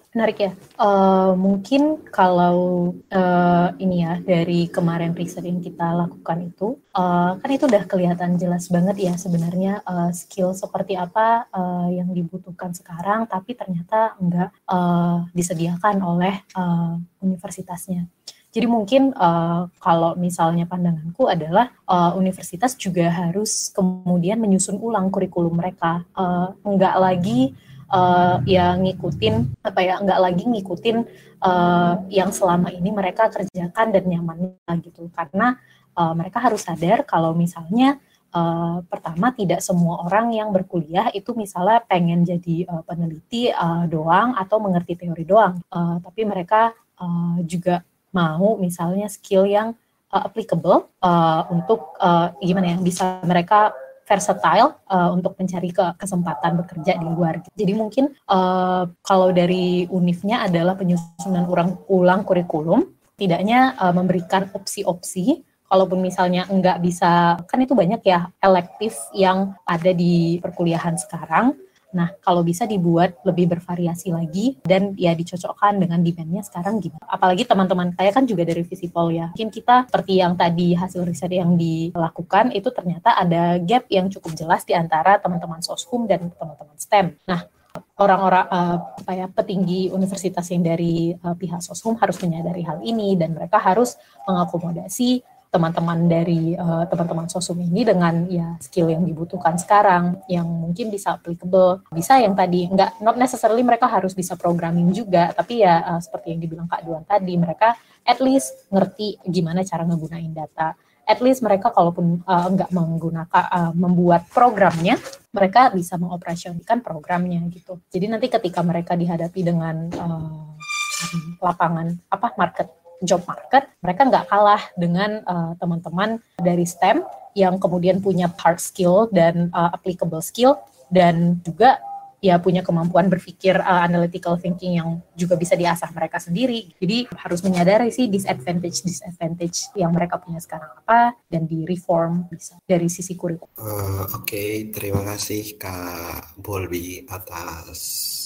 Menarik ya. Uh, mungkin kalau uh, ini ya dari kemarin riset yang kita lakukan itu, uh, kan itu udah kelihatan jelas banget ya sebenarnya uh, skill seperti apa uh, yang dibutuhkan sekarang, tapi ternyata enggak uh, disediakan oleh uh, universitasnya. Jadi mungkin uh, kalau misalnya pandanganku adalah uh, universitas juga harus kemudian menyusun ulang kurikulum mereka, uh, enggak lagi Uh, ya ngikutin apa ya nggak lagi ngikutin uh, yang selama ini mereka kerjakan dan nyaman gitu, karena uh, mereka harus sadar kalau misalnya uh, pertama tidak semua orang yang berkuliah itu misalnya pengen jadi uh, peneliti uh, doang atau mengerti teori doang, uh, tapi mereka uh, juga mau misalnya skill yang uh, applicable uh, untuk uh, gimana ya bisa mereka versatile uh, untuk mencari ke kesempatan bekerja di luar. Jadi mungkin uh, kalau dari univnya adalah penyusunan ulang, ulang kurikulum, tidaknya uh, memberikan opsi-opsi. Kalaupun misalnya enggak bisa, kan itu banyak ya elektif yang ada di perkuliahan sekarang. Nah, kalau bisa dibuat lebih bervariasi lagi dan ya dicocokkan dengan demand-nya sekarang gimana. Apalagi teman-teman saya kan juga dari Visipol ya. Mungkin kita seperti yang tadi hasil riset yang dilakukan itu ternyata ada gap yang cukup jelas di antara teman-teman soshum dan teman-teman STEM. Nah, orang-orang uh, apa ya petinggi universitas yang dari uh, pihak soshum harus menyadari hal ini dan mereka harus mengakomodasi teman-teman dari uh, teman-teman sosum ini dengan ya skill yang dibutuhkan sekarang yang mungkin bisa applicable, bisa yang tadi nggak not necessarily mereka harus bisa programming juga, tapi ya uh, seperti yang dibilang Kak Duan tadi, mereka at least ngerti gimana cara ngegunain data, at least mereka kalaupun uh, nggak menggunakan uh, membuat programnya, mereka bisa mengoperasionalkan programnya gitu. Jadi nanti ketika mereka dihadapi dengan uh, lapangan apa market job market, mereka nggak kalah dengan uh, teman-teman dari STEM yang kemudian punya hard skill dan uh, applicable skill dan juga ya punya kemampuan berpikir uh, analytical thinking yang juga bisa diasah mereka sendiri. Jadi harus menyadari sih disadvantage disadvantage yang mereka punya sekarang apa dan di reform bisa dari sisi kurikulum. Uh, Oke, okay. Terima kasih Kak Bolbi atas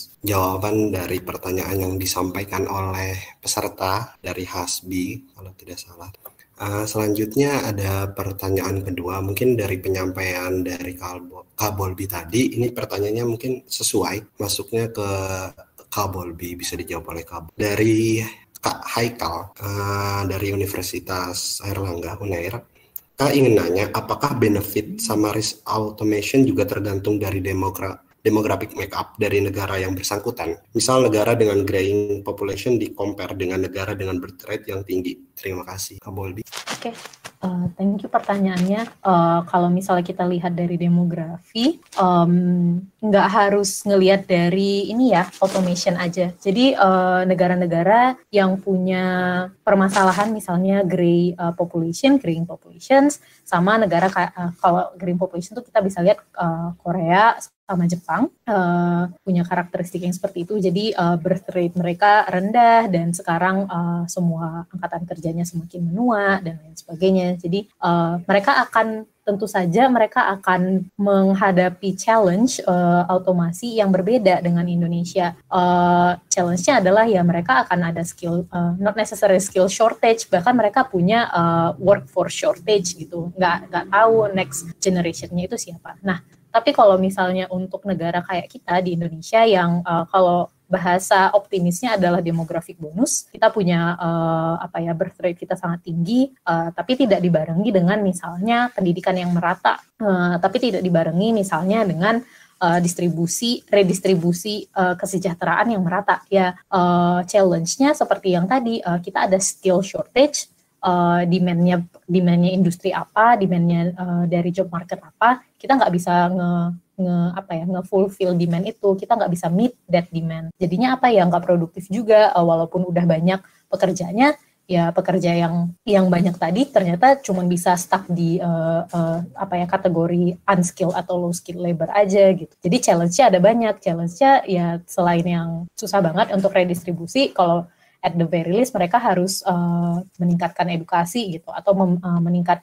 jawaban dari pertanyaan yang disampaikan oleh peserta dari Hasbi, kalau tidak salah. Uh, selanjutnya ada pertanyaan kedua, mungkin dari penyampaian dari Kak Bolbi tadi, ini pertanyaannya mungkin sesuai, masuknya ke Kak Bolbi, bisa dijawab oleh Kak Bolbi. Dari Kak Haikal, uh, dari Universitas Airlangga, Unair. Kak ingin nanya, apakah benefit sama risk automation juga tergantung dari demokrasi demographic makeup dari negara yang bersangkutan. Misal negara dengan graying population di compare dengan negara dengan birth rate yang tinggi. Terima kasih, Kak Bolbi. Oke, okay. uh, thank you pertanyaannya. Uh, kalau misalnya kita lihat dari demografi, um, nggak harus ngelihat dari ini ya, automation aja. Jadi uh, negara-negara yang punya permasalahan misalnya gray uh, population, graying populations, sama negara uh, kalau graying population itu kita bisa lihat uh, Korea sama Jepang uh, punya karakteristik yang seperti itu. Jadi uh, birth rate mereka rendah dan sekarang uh, semua angkatan kerjanya semakin menua dan lain sebagainya. Jadi uh, mereka akan tentu saja mereka akan menghadapi challenge uh, automasi yang berbeda dengan Indonesia. Uh, challenge-nya adalah ya mereka akan ada skill, uh, not necessarily skill shortage, bahkan mereka punya uh, workforce shortage gitu. Nggak nggak tahu next generation-nya itu siapa. Nah, tapi kalau misalnya untuk negara kayak kita di Indonesia yang uh, kalau bahasa optimisnya adalah demographic bonus, kita punya uh, apa ya birth rate kita sangat tinggi, uh, tapi tidak dibarengi dengan misalnya pendidikan yang merata, uh, tapi tidak dibarengi misalnya dengan uh, distribusi, redistribusi uh, kesejahteraan yang merata. Ya uh, challenge-nya seperti yang tadi, uh, kita ada skill shortage. Uh, demand-nya demand-nya industri apa, demand-nya uh, dari job market apa, kita nggak bisa nge, nge apa ya nge-fulfill demand itu, kita nggak bisa meet that demand. Jadinya apa ya nggak produktif juga, uh, walaupun udah banyak pekerjanya, ya pekerja yang yang banyak tadi ternyata cuma bisa stuck di uh, uh, apa ya kategori unskilled atau low skill labor aja gitu. Jadi challenge-nya ada banyak, challenge-nya ya selain yang susah banget untuk redistribusi, kalau at the very least mereka harus uh, meningkatkan edukasi gitu atau mem, uh, meningkatkan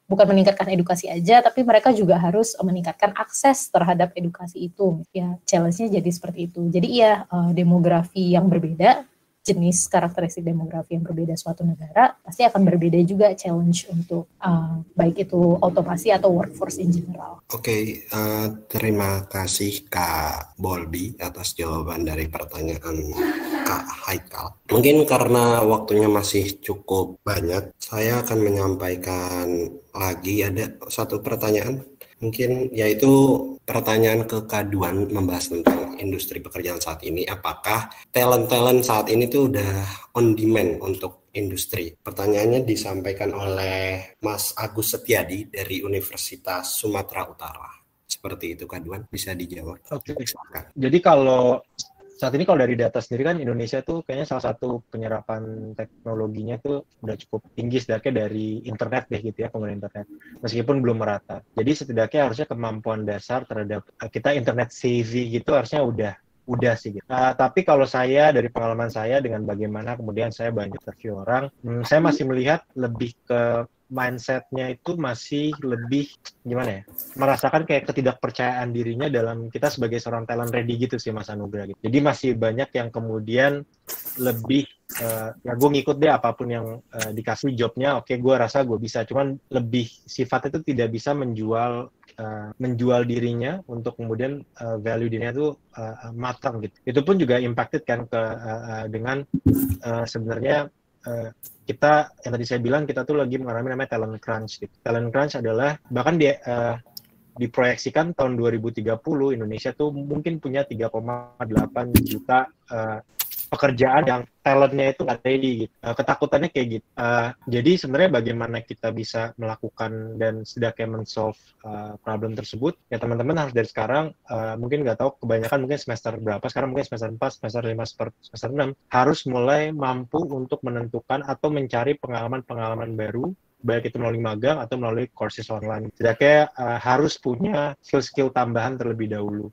bukan meningkatkan edukasi aja, tapi mereka juga harus meningkatkan akses terhadap edukasi itu. Ya, challenge-nya jadi seperti itu. Jadi iya, uh, demografi yang berbeda, jenis karakteristik demografi yang berbeda suatu negara, pasti akan berbeda juga challenge untuk uh, baik itu otomasi atau workforce in general. Oke, okay, uh, terima kasih Kak Bolbi atas jawaban dari pertanyaan Kak Haikal. Mungkin karena waktunya masih cukup banyak, saya akan menyampaikan lagi ada satu pertanyaan. Mungkin yaitu pertanyaan ke Kak Duan membahas tentang industri pekerjaan saat ini. Apakah talent-talent saat ini tuh udah on demand untuk industri? Pertanyaannya disampaikan oleh Mas Agus Setiadi dari Universitas Sumatera Utara. Seperti itu Kak Duan, bisa dijawab. Oke. Okay. Jadi kalau saat ini kalau dari data sendiri kan Indonesia tuh kayaknya salah satu penyerapan teknologinya tuh udah cukup tinggi setidaknya dari internet deh gitu ya, penggunaan internet. Meskipun belum merata. Jadi setidaknya harusnya kemampuan dasar terhadap kita internet savvy gitu harusnya udah udah sih gitu. Uh, tapi kalau saya dari pengalaman saya dengan bagaimana kemudian saya banyak interview orang, hmm, saya masih melihat lebih ke mindset-nya itu masih lebih gimana ya, merasakan kayak ketidakpercayaan dirinya dalam kita sebagai seorang talent ready gitu sih Mas Anugrah gitu. Jadi masih banyak yang kemudian lebih uh, ya gue ngikut deh apapun yang uh, dikasih jobnya, oke okay, gue rasa gue bisa, cuman lebih sifatnya itu tidak bisa menjual uh, menjual dirinya untuk kemudian uh, value dirinya itu uh, matang gitu. Itu pun juga impacted kan ke uh, uh, dengan uh, sebenarnya uh, kita yang tadi saya bilang kita tuh lagi mengalami namanya talent crunch gitu. Talent crunch adalah bahkan dia uh, diproyeksikan tahun dua ribu tiga puluh Indonesia tuh mungkin punya tiga koma delapan juta uh, pekerjaan yang talentnya itu nggak ready gitu. Uh, ketakutannya kayak gitu. Uh, jadi sebenarnya bagaimana kita bisa melakukan dan setidaknya men-solve uh, problem tersebut, ya teman-teman harus dari sekarang, uh, mungkin nggak tahu kebanyakan mungkin semester berapa, sekarang mungkin semester empat, semester lima, semester enam, harus mulai mampu untuk menentukan atau mencari pengalaman-pengalaman baru, baik itu melalui magang atau melalui courses online. Setidaknya uh, harus punya skill-skill tambahan terlebih dahulu.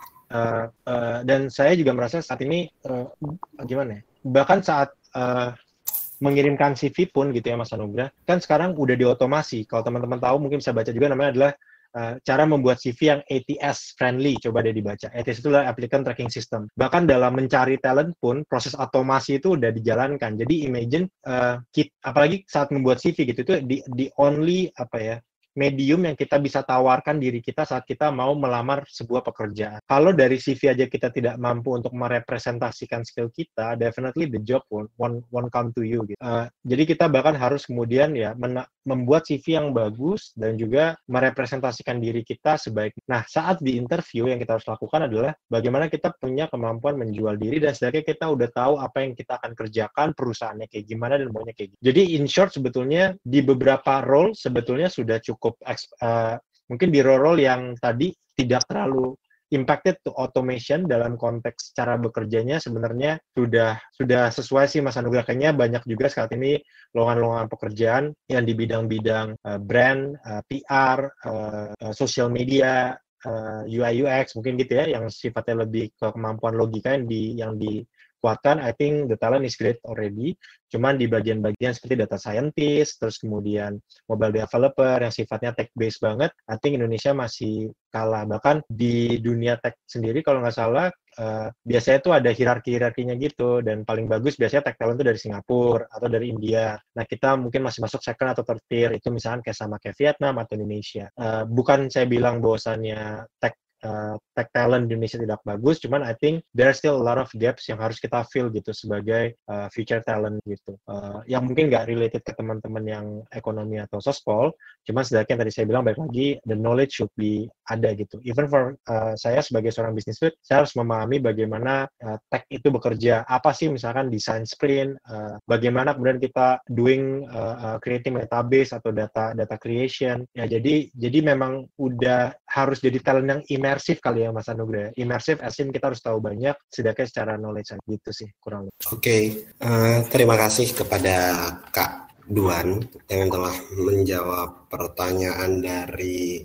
Uh, uh, dan saya juga merasa saat ini uh, gimana ya, bahkan saat uh, mengirimkan C V pun gitu ya Mas Anugrah, kan sekarang udah diotomasi. Kalau teman-teman tahu mungkin bisa baca juga, namanya adalah uh, cara membuat C V yang A T S friendly. Coba deh dibaca. A T S itu adalah Applicant Tracking System. Bahkan dalam mencari talent pun proses otomasi itu udah dijalankan. Jadi imagine uh, kita, apalagi saat membuat C V gitu, itu di, di only apa ya, medium yang kita bisa tawarkan diri kita saat kita mau melamar sebuah pekerjaan. Kalau dari C V aja kita tidak mampu untuk merepresentasikan skill kita, definitely the job won't, won't, won't come to you. Gitu. Uh, jadi kita bahkan harus kemudian ya men- membuat C V yang bagus dan juga merepresentasikan diri kita sebaik. Nah, saat di interview yang kita harus lakukan adalah bagaimana kita punya kemampuan menjual diri dan setidaknya kita udah tahu apa yang kita akan kerjakan, perusahaannya kayak gimana dan maunya kayak gitu. Jadi in short sebetulnya di beberapa role sebetulnya sudah cukup cukup uh, mungkin di role yang tadi tidak terlalu impacted to automation dalam konteks cara bekerjanya sebenarnya sudah sudah sesuai sih Mas Anugrah. Kayaknya banyak juga saat ini lowongan-lowongan pekerjaan yang di bidang-bidang uh, brand, uh, P R, uh, uh, social media, uh, U I U X mungkin gitu ya, yang sifatnya lebih ke kemampuan logika yang di yang dikuatkan. I think the talent is great already. Cuman di bagian-bagian seperti data scientist, terus kemudian mobile developer yang sifatnya tech-based banget, I think Indonesia masih kalah. Bahkan di dunia tech sendiri kalau nggak salah, uh, biasanya tuh ada hierarki-hierarkinya gitu, dan paling bagus biasanya tech talent itu dari Singapura atau dari India. Nah, kita mungkin masih masuk second atau third tier, itu misalnya kayak sama kayak Vietnam atau Indonesia. Uh, bukan saya bilang bahwasannya tech Uh, tech talent di Indonesia tidak bagus, cuman I think there are still a lot of gaps yang harus kita fill gitu sebagai uh, future talent gitu, uh, yang mungkin nggak related ke teman-teman yang ekonomi atau sospol, cuman setidaknya tadi saya bilang balik lagi, the knowledge should be ada gitu. Even for uh, saya sebagai seorang business lead, saya harus memahami bagaimana uh, tech itu bekerja, apa sih misalkan design sprint, uh, bagaimana kemudian kita doing uh, uh, creating database atau data data creation, ya jadi jadi memang udah harus jadi talent yang imersif imersif kali ya Mas Anugrah. Imersif asin kita harus tahu banyak, setidaknya secara knowledge gitu sih kurang lebih. Oke, okay. uh, terima kasih kepada Kak Duan yang telah menjawab pertanyaan dari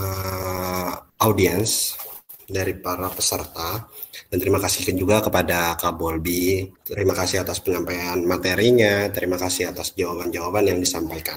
uh, audiens, dari para peserta, dan terima kasih juga kepada Kak Bolbi. Terima kasih atas penyampaian materinya, terima kasih atas jawaban-jawaban yang disampaikan.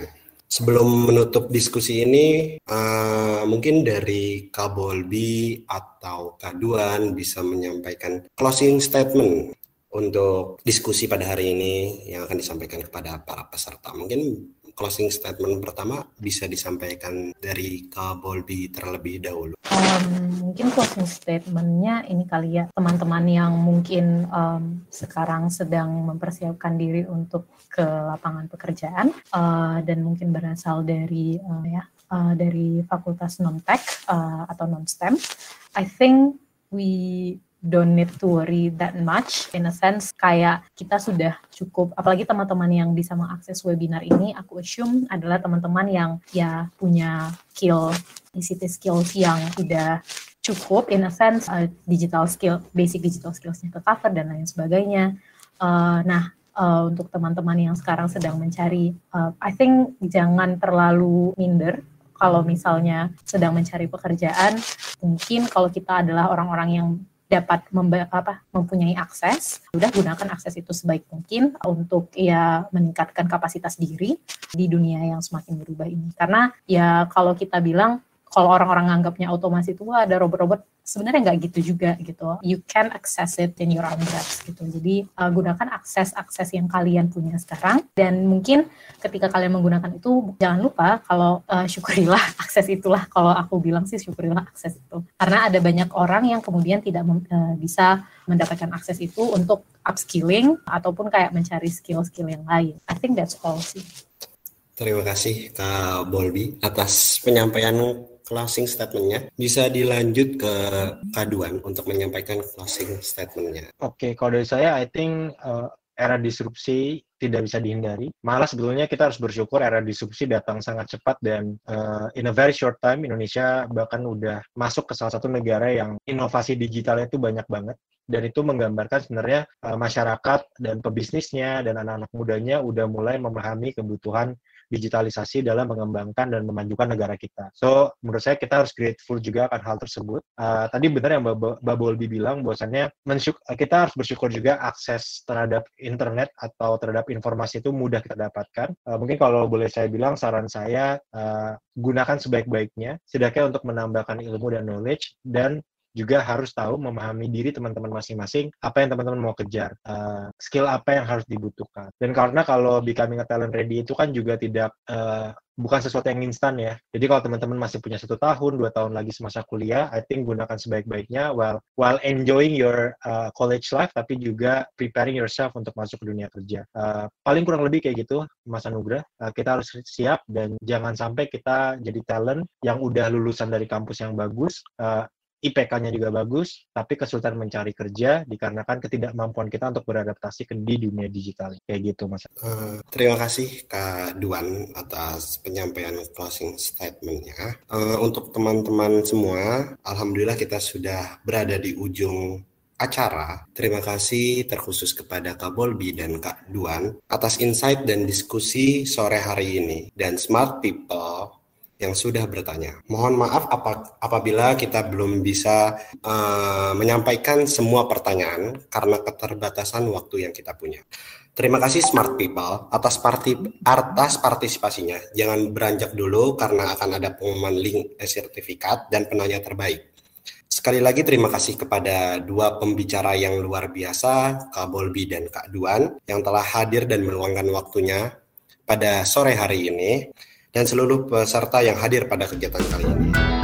Sebelum menutup diskusi ini, uh, mungkin dari Kak Bolbi atau Kak Duan bisa menyampaikan closing statement untuk diskusi pada hari ini yang akan disampaikan kepada para peserta. Mungkin closing statement pertama bisa disampaikan dari Kak Bolbi terlebih dahulu. Um, mungkin closing statement-nya ini kali ya, teman-teman yang mungkin um, sekarang sedang mempersiapkan diri untuk ke lapangan pekerjaan uh, dan mungkin berasal dari uh, ya uh, dari fakultas non-tech uh, atau non-STEM. I think we don't need to worry that much, in a sense kayak kita sudah cukup, apalagi teman-teman yang bisa mengakses webinar ini, aku assume adalah teman-teman yang ya punya skill, I C T skills yang udah cukup, in a sense uh, digital skill, basic digital skills-nya ke cover dan lain sebagainya. Uh, nah, uh, untuk teman-teman yang sekarang sedang mencari, uh, I think jangan terlalu minder. Kalau misalnya sedang mencari pekerjaan, mungkin kalau kita adalah orang-orang yang dapat memba- apa, mempunyai akses, sudah gunakan akses itu sebaik mungkin untuk ya meningkatkan kapasitas diri di dunia yang semakin berubah ini. Karena ya kalau kita bilang, kalau orang-orang nganggapnya otomasi itu wah ada robot-robot, sebenarnya nggak gitu juga gitu. You can access it in your own breath gitu. Jadi uh, gunakan akses-akses yang kalian punya sekarang, dan mungkin ketika kalian menggunakan itu jangan lupa kalau uh, syukurilah akses itulah. Kalau aku bilang sih syukurilah akses itu. Karena ada banyak orang yang kemudian tidak mem- uh, bisa mendapatkan akses itu untuk upskilling ataupun kayak mencari skill-skill yang lain. I think that's all sih. Terima kasih Kak Bolbi atas penyampaian closing statement-nya. Bisa dilanjut ke Kak Duan untuk menyampaikan closing statement-nya. Oke, okay, kalau dari saya, I think uh, era disrupsi tidak bisa dihindari. Malah sebetulnya kita harus bersyukur era disrupsi datang sangat cepat dan uh, in a very short time Indonesia bahkan udah masuk ke salah satu negara yang inovasi digitalnya itu banyak banget. Dan itu menggambarkan sebenarnya uh, masyarakat dan pebisnisnya dan anak-anak mudanya udah mulai memahami kebutuhan digitalisasi dalam mengembangkan dan memajukan negara kita. So, menurut saya kita harus grateful juga akan hal tersebut. Uh, tadi benar yang Mbak Bolbi bilang, bahwasannya mensyuk- kita harus bersyukur juga akses terhadap internet atau terhadap informasi itu mudah kita dapatkan. Uh, mungkin kalau boleh saya bilang, saran saya, uh, gunakan sebaik-baiknya, setidaknya untuk menambahkan ilmu dan knowledge, dan juga harus tahu memahami diri teman-teman masing-masing, apa yang teman-teman mau kejar, uh, skill apa yang harus dibutuhkan. Dan karena kalau becoming a talent ready itu kan juga tidak uh, bukan sesuatu yang instan ya. Jadi kalau teman-teman masih punya satu tahun, dua tahun lagi semasa kuliah, I think gunakan sebaik-baiknya while while enjoying your uh, college life, tapi juga preparing yourself untuk masuk ke dunia kerja. Uh, paling kurang lebih kayak gitu, Mas Anugrah. Uh, kita harus siap dan jangan sampai kita jadi talent yang udah lulusan dari kampus yang bagus, uh, I P K-nya juga bagus, tapi kesulitan mencari kerja dikarenakan ketidakmampuan kita untuk beradaptasi ke di dunia digital. Kayak gitu, Mas. Uh, terima kasih Kak Duan atas penyampaian closing statement-nya. Uh, untuk teman-teman semua, alhamdulillah kita sudah berada di ujung acara. Terima kasih terkhusus kepada Kak Bolbi dan Kak Duan atas insight dan diskusi sore hari ini. Dan Smart People yang sudah bertanya. Mohon maaf apabila kita belum bisa uh, menyampaikan semua pertanyaan karena keterbatasan waktu yang kita punya. Terima kasih Smart People atas, parti- atas partisipasinya. Jangan beranjak dulu karena akan ada pengumuman link e-sertifikat dan penanya terbaik. Sekali lagi terima kasih kepada dua pembicara yang luar biasa, Kak Bolbi dan Kak Duan, yang telah hadir dan meluangkan waktunya pada sore hari ini, dan seluruh peserta yang hadir pada kegiatan kali ini.